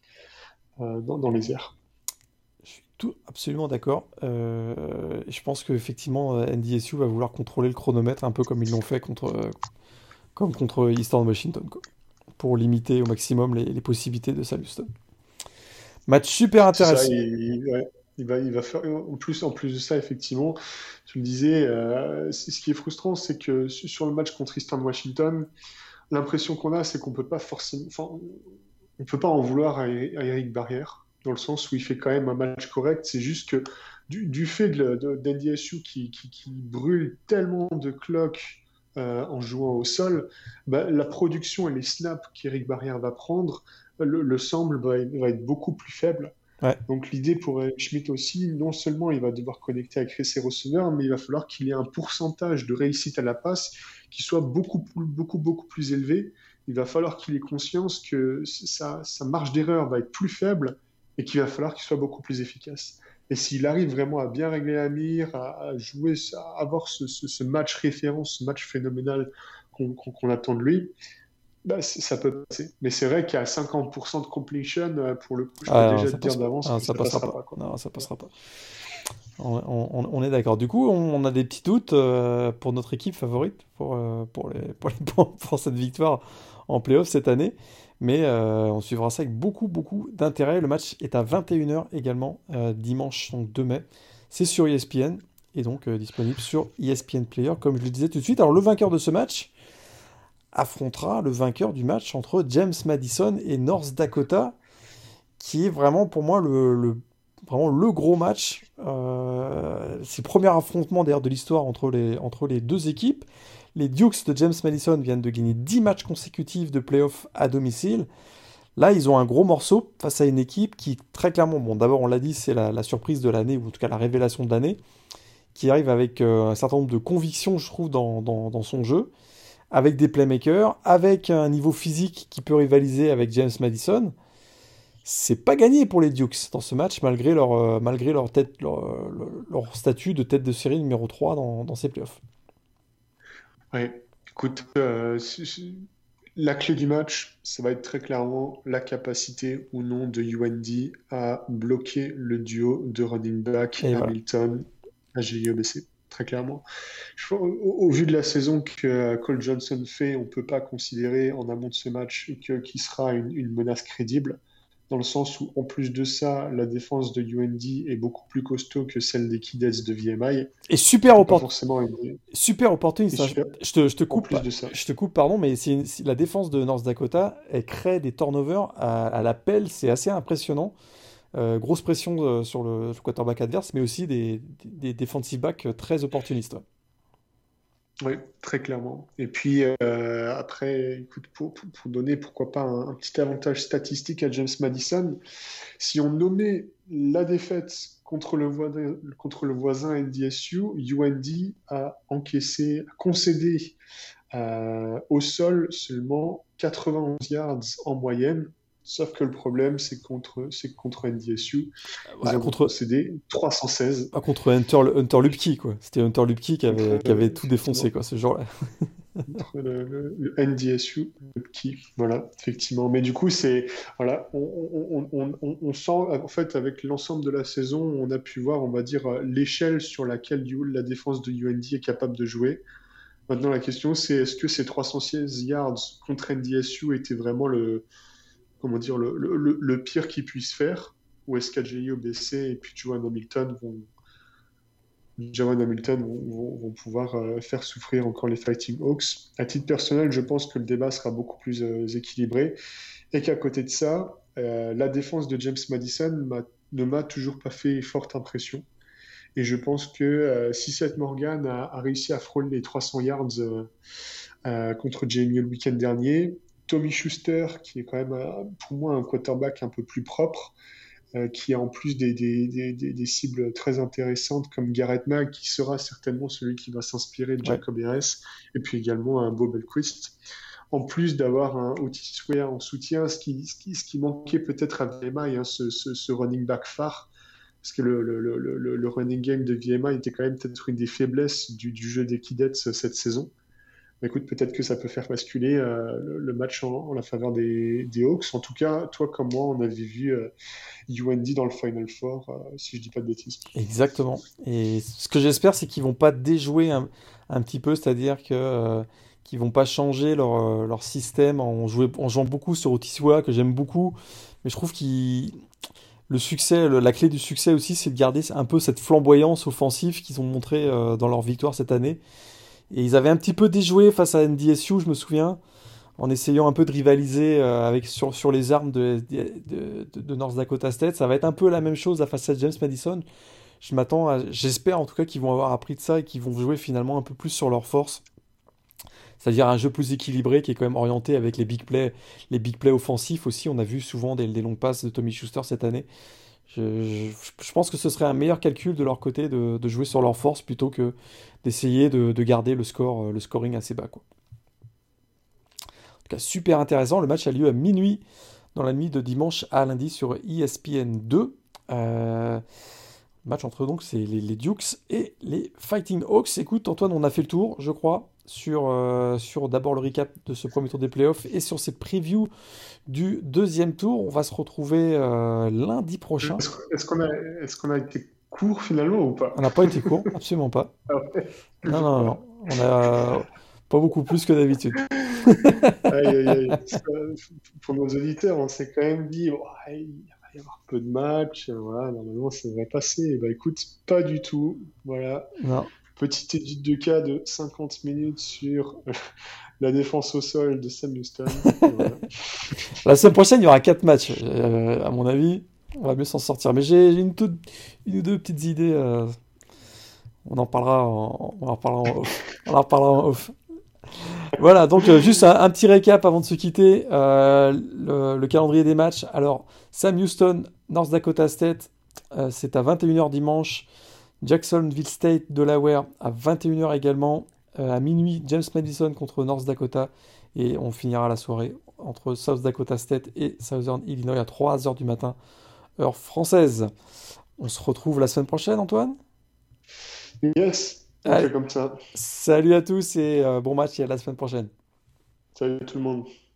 euh, dans, dans les airs.
Je suis tout absolument d'accord. Euh, et je pense qu'effectivement, euh, N D S U va vouloir contrôler le chronomètre un peu comme ils l'ont fait contre, euh, comme contre Eastern Washington, quoi, pour limiter au maximum les, les possibilités de Sam Houston. Match super
C'est ça,
intéressant.
il, ouais, il va, il va faire. En plus, en plus de ça, effectivement, tu le disais, euh, c'est- ce qui est frustrant, c'est que su- sur le match contre Eastern Washington, l'impression qu'on a, c'est qu'on peut pas forcément, enfin, on peut pas en vouloir à, à Eric Barrière, dans le sens où il fait quand même un match correct. C'est juste que du, du fait de, de, d'N D S U qui, qui, qui brûle tellement de cloques euh, en jouant au sol, bah, la production et les snaps qu'Eric Barrière va prendre, le, le semble va, va être beaucoup plus faible.
Ouais.
Donc l'idée pour Eric Schmidt aussi, non seulement il va devoir connecter avec ses receveurs, mais il va falloir qu'il ait un pourcentage de réussite à la passe qui soit beaucoup, beaucoup, beaucoup plus élevé. Il va falloir qu'il ait conscience que sa, sa marge d'erreur va être plus faible et qu'il va falloir qu'il soit beaucoup plus efficace. Et s'il arrive vraiment à bien régler la mire, à, à jouer, à avoir ce, ce, ce match référence, ce match phénoménal qu'on qu'on, qu'on attend de lui, bah, ça peut passer. Mais c'est vrai qu'à cinquante pour cent de completion, euh, pour le coup, je peux
Ah non,
déjà
ça
te
passe
dire
pas.
d'avance
Ah,
que
ça
ça
passera
passera
pas.
pas, quoi.
Non, ça passera pas. On, on- on est d'accord. Du coup, on a des petits doutes euh, pour notre équipe favorite pour, euh, pour, les, pour, les- pour cette victoire en playoff cette année. Mais euh, on suivra ça avec beaucoup, beaucoup d'intérêt. Le match est à vingt et une heures également, euh, dimanche donc deux mai. C'est sur E S P N et donc euh, disponible sur E S P N Player, comme je le disais tout de suite. Alors, le vainqueur de ce match affrontera le vainqueur du match entre James Madison et North Dakota, qui est vraiment pour moi le, le- vraiment le gros match. Euh, c'est le premier affrontement d'ailleurs de l'histoire entre les, entre les deux équipes. Les Dukes de James Madison viennent de gagner dix matchs consécutifs de playoff à domicile. Là, ils ont un gros morceau face à une équipe qui, très clairement, bon, d'abord, on l'a dit, c'est la, la surprise de l'année, ou en tout cas la révélation de l'année, qui arrive avec euh, un certain nombre de convictions, je trouve, dans, dans, dans son jeu, avec des playmakers, avec un niveau physique qui peut rivaliser avec James Madison. C'est pas gagné pour les Dukes dans ce match, malgré leur, euh, malgré leur, tête, leur, leur, leur statut de tête de série numéro trois dans, dans ces playoffs.
Ouais. Écoute, euh, c'est- c'est- la clé du match, ça va être très clairement la capacité ou non de U N D à bloquer le duo de running back
Et voilà.
Hamilton à G I O B C. Très clairement. Je- Au, au vu de la saison que euh, Cole Johnson fait, on ne peut pas considérer en amont de ce match que, qu'il sera une, une menace crédible. dans le sens où, en plus de ça, la défense de U N D est beaucoup plus costaud que celle des Keydets de V M I.
Et super,
C'est pas
oppor-
forcément une...
super
Et
opportuniste, hein. Je,
super,
je te, je te
en
coupe,
plus de ça.
je te coupe, pardon, mais c'est une- c'est- la défense de North Dakota, elle crée des turnovers à, à la pelle, c'est assez impressionnant. Euh, grosse pression euh, sur le, sur le quarterback adverse, mais aussi des, des, des defensive backs euh, très opportunistes. Ouais.
Oui, très clairement. Et puis euh, après, écoute, pour, pour, pour donner pourquoi pas un, un petit avantage statistique à James Madison, si on nommait la défaite contre le voisin, contre le voisin N D S U, U N D a encaissé, a concédé euh, au sol seulement quatre-vingt-onze yards en moyenne. Sauf que le problème, c'est contre, c'est que contre N D S U, ils
Ouais,
en ont
contre,
concédé trois cent seize.
pas contre Hunter, Hunter Lupke, quoi. C'était Hunter Lupke qui
Contre,
avait, qui
euh,
avait tout défoncé,
effectivement,
quoi, ce jour-là.
contre le, le- le N D S U, le petit, voilà, effectivement. Mais du coup, c'est, voilà, on, on- on- on- on sent, en fait, avec l'ensemble de la saison, on a pu voir, on va dire, euh, l'échelle sur laquelle U- la défense de U N D est capable de jouer. Maintenant, la question, c'est est-ce que ces trois cent seize yards contre N D S U étaient vraiment le, comment dire, le, le- le- le pire qu'ils puissent faire? Ou est-ce qu'A J I, O B C et puis Joan Hamilton vont, Jawan Hamilton vont, vont- vont pouvoir euh, faire souffrir encore les Fighting Hawks. À titre personnel, je pense que le débat sera beaucoup plus euh, équilibré et qu'à côté de ça, euh, la défense de James Madison m'a- ne m'a toujours pas fait forte impression. Et je pense que euh, si Seth Morgan a, a réussi à frôler les trois cents yards euh, euh, contre Jamie le week-end dernier, Tommy Schuster, qui est quand même euh, pour moi un quarterback un peu plus propre, euh, qui a en plus des, des, des, des- des cibles très intéressantes comme Garrett Mag, qui sera certainement celui qui va s'inspirer de
Ouais.
Jacob Harris, et puis également un Bob Elquist. En plus d'avoir un Otis Ware en soutien, ce qui, ce qui, ce qui manquait peut-être à V M I, hein, ce, ce, ce running back phare, parce que le, le, le, le, le running game de V M I était quand même peut-être une des faiblesses du, du jeu des Keydets cette saison. Bah, écoute, peut-être que ça peut faire basculer euh, le, le match en, en la faveur des, des Hawks. En tout cas, toi comme moi, on avait vu euh, U N D dans le Final Four, euh, si je dis pas de bêtises.
Exactement. Et ce que j'espère, c'est qu'ils vont pas déjouer un, un petit peu, c'est-à-dire que euh, qu'ils vont pas changer leur, euh, leur système en, jouer- en jouant beaucoup sur Otisua, que j'aime beaucoup. Mais je trouve qu'il le succès, le- la clé du succès aussi, c'est de garder un peu cette flamboyance offensive qu'ils ont montré euh, dans leur victoire cette année. Et ils avaient un petit peu déjoué face à N D S U, je me souviens, en essayant un peu de rivaliser euh, avec, sur, sur les armes de, de, de- de North Dakota State. Ça va être un peu la même chose à face à James Madison. Je m'attends à- j'espère en tout cas qu'ils vont avoir appris de ça et qu'ils vont jouer finalement un peu plus sur leur force. C'est-à-dire un jeu plus équilibré qui est quand même orienté avec les big plays, les big plays offensifs aussi. On a vu souvent des, des longues passes de Tommy Schuster cette année. Je, je- je pense que ce serait un meilleur calcul de leur côté de, de jouer sur leur force plutôt que d'essayer de, de garder le score, euh, le scoring assez bas, quoi. En tout cas, super intéressant. Le match a lieu à minuit dans la nuit de dimanche à lundi sur E S P N deux. Euh, match entre donc c'est les, les Dukes et les Fighting Hawks. Écoute, Antoine, on a fait le tour, je crois, sur, euh, sur d'abord le recap de ce premier tour des playoffs et sur cette preview du deuxième tour. On va se retrouver euh, lundi prochain.
Est-ce est-ce qu'on a, est-ce qu'on a été court finalement ou pas?
On n'a pas été court, absolument pas.
Ah ouais,
Non,
toujours
non, non,
pas.
non. On a pas beaucoup plus que d'habitude.
Aïe, aïe, aïe. Ça, pour nos auditeurs, on s'est quand même dit, ouais, il va y avoir peu de matchs, voilà, normalement ça devrait passer. Et bah écoute, pas du tout. Voilà,
Non.
petite étude de cas de cinquante minutes sur la défense au sol de Sam Houston. Et voilà.
La semaine prochaine, il y aura quatre matchs. Euh, à mon avis, on va mieux s'en sortir. Mais j'ai j'ai une, toute- une ou deux petites idées. euh, on en parlera en, on en reparlera en off. On en reparlera en off. Voilà, donc euh, juste un, un petit récap avant de se quitter. Euh, le, le calendrier des matchs. Alors, Sam Houston, North Dakota State, euh, c'est à vingt et une heures dimanche. Jacksonville State, Delaware, à vingt et une heures également. Euh, à minuit, James Madison contre North Dakota. Et on finira la soirée entre South Dakota State et Southern Illinois à trois heures du matin, heure française. On se retrouve la semaine prochaine, Antoine.
Yes, on
Allez,
fait comme ça.
salut à tous et euh, bon match et à la semaine prochaine.
Salut tout le monde.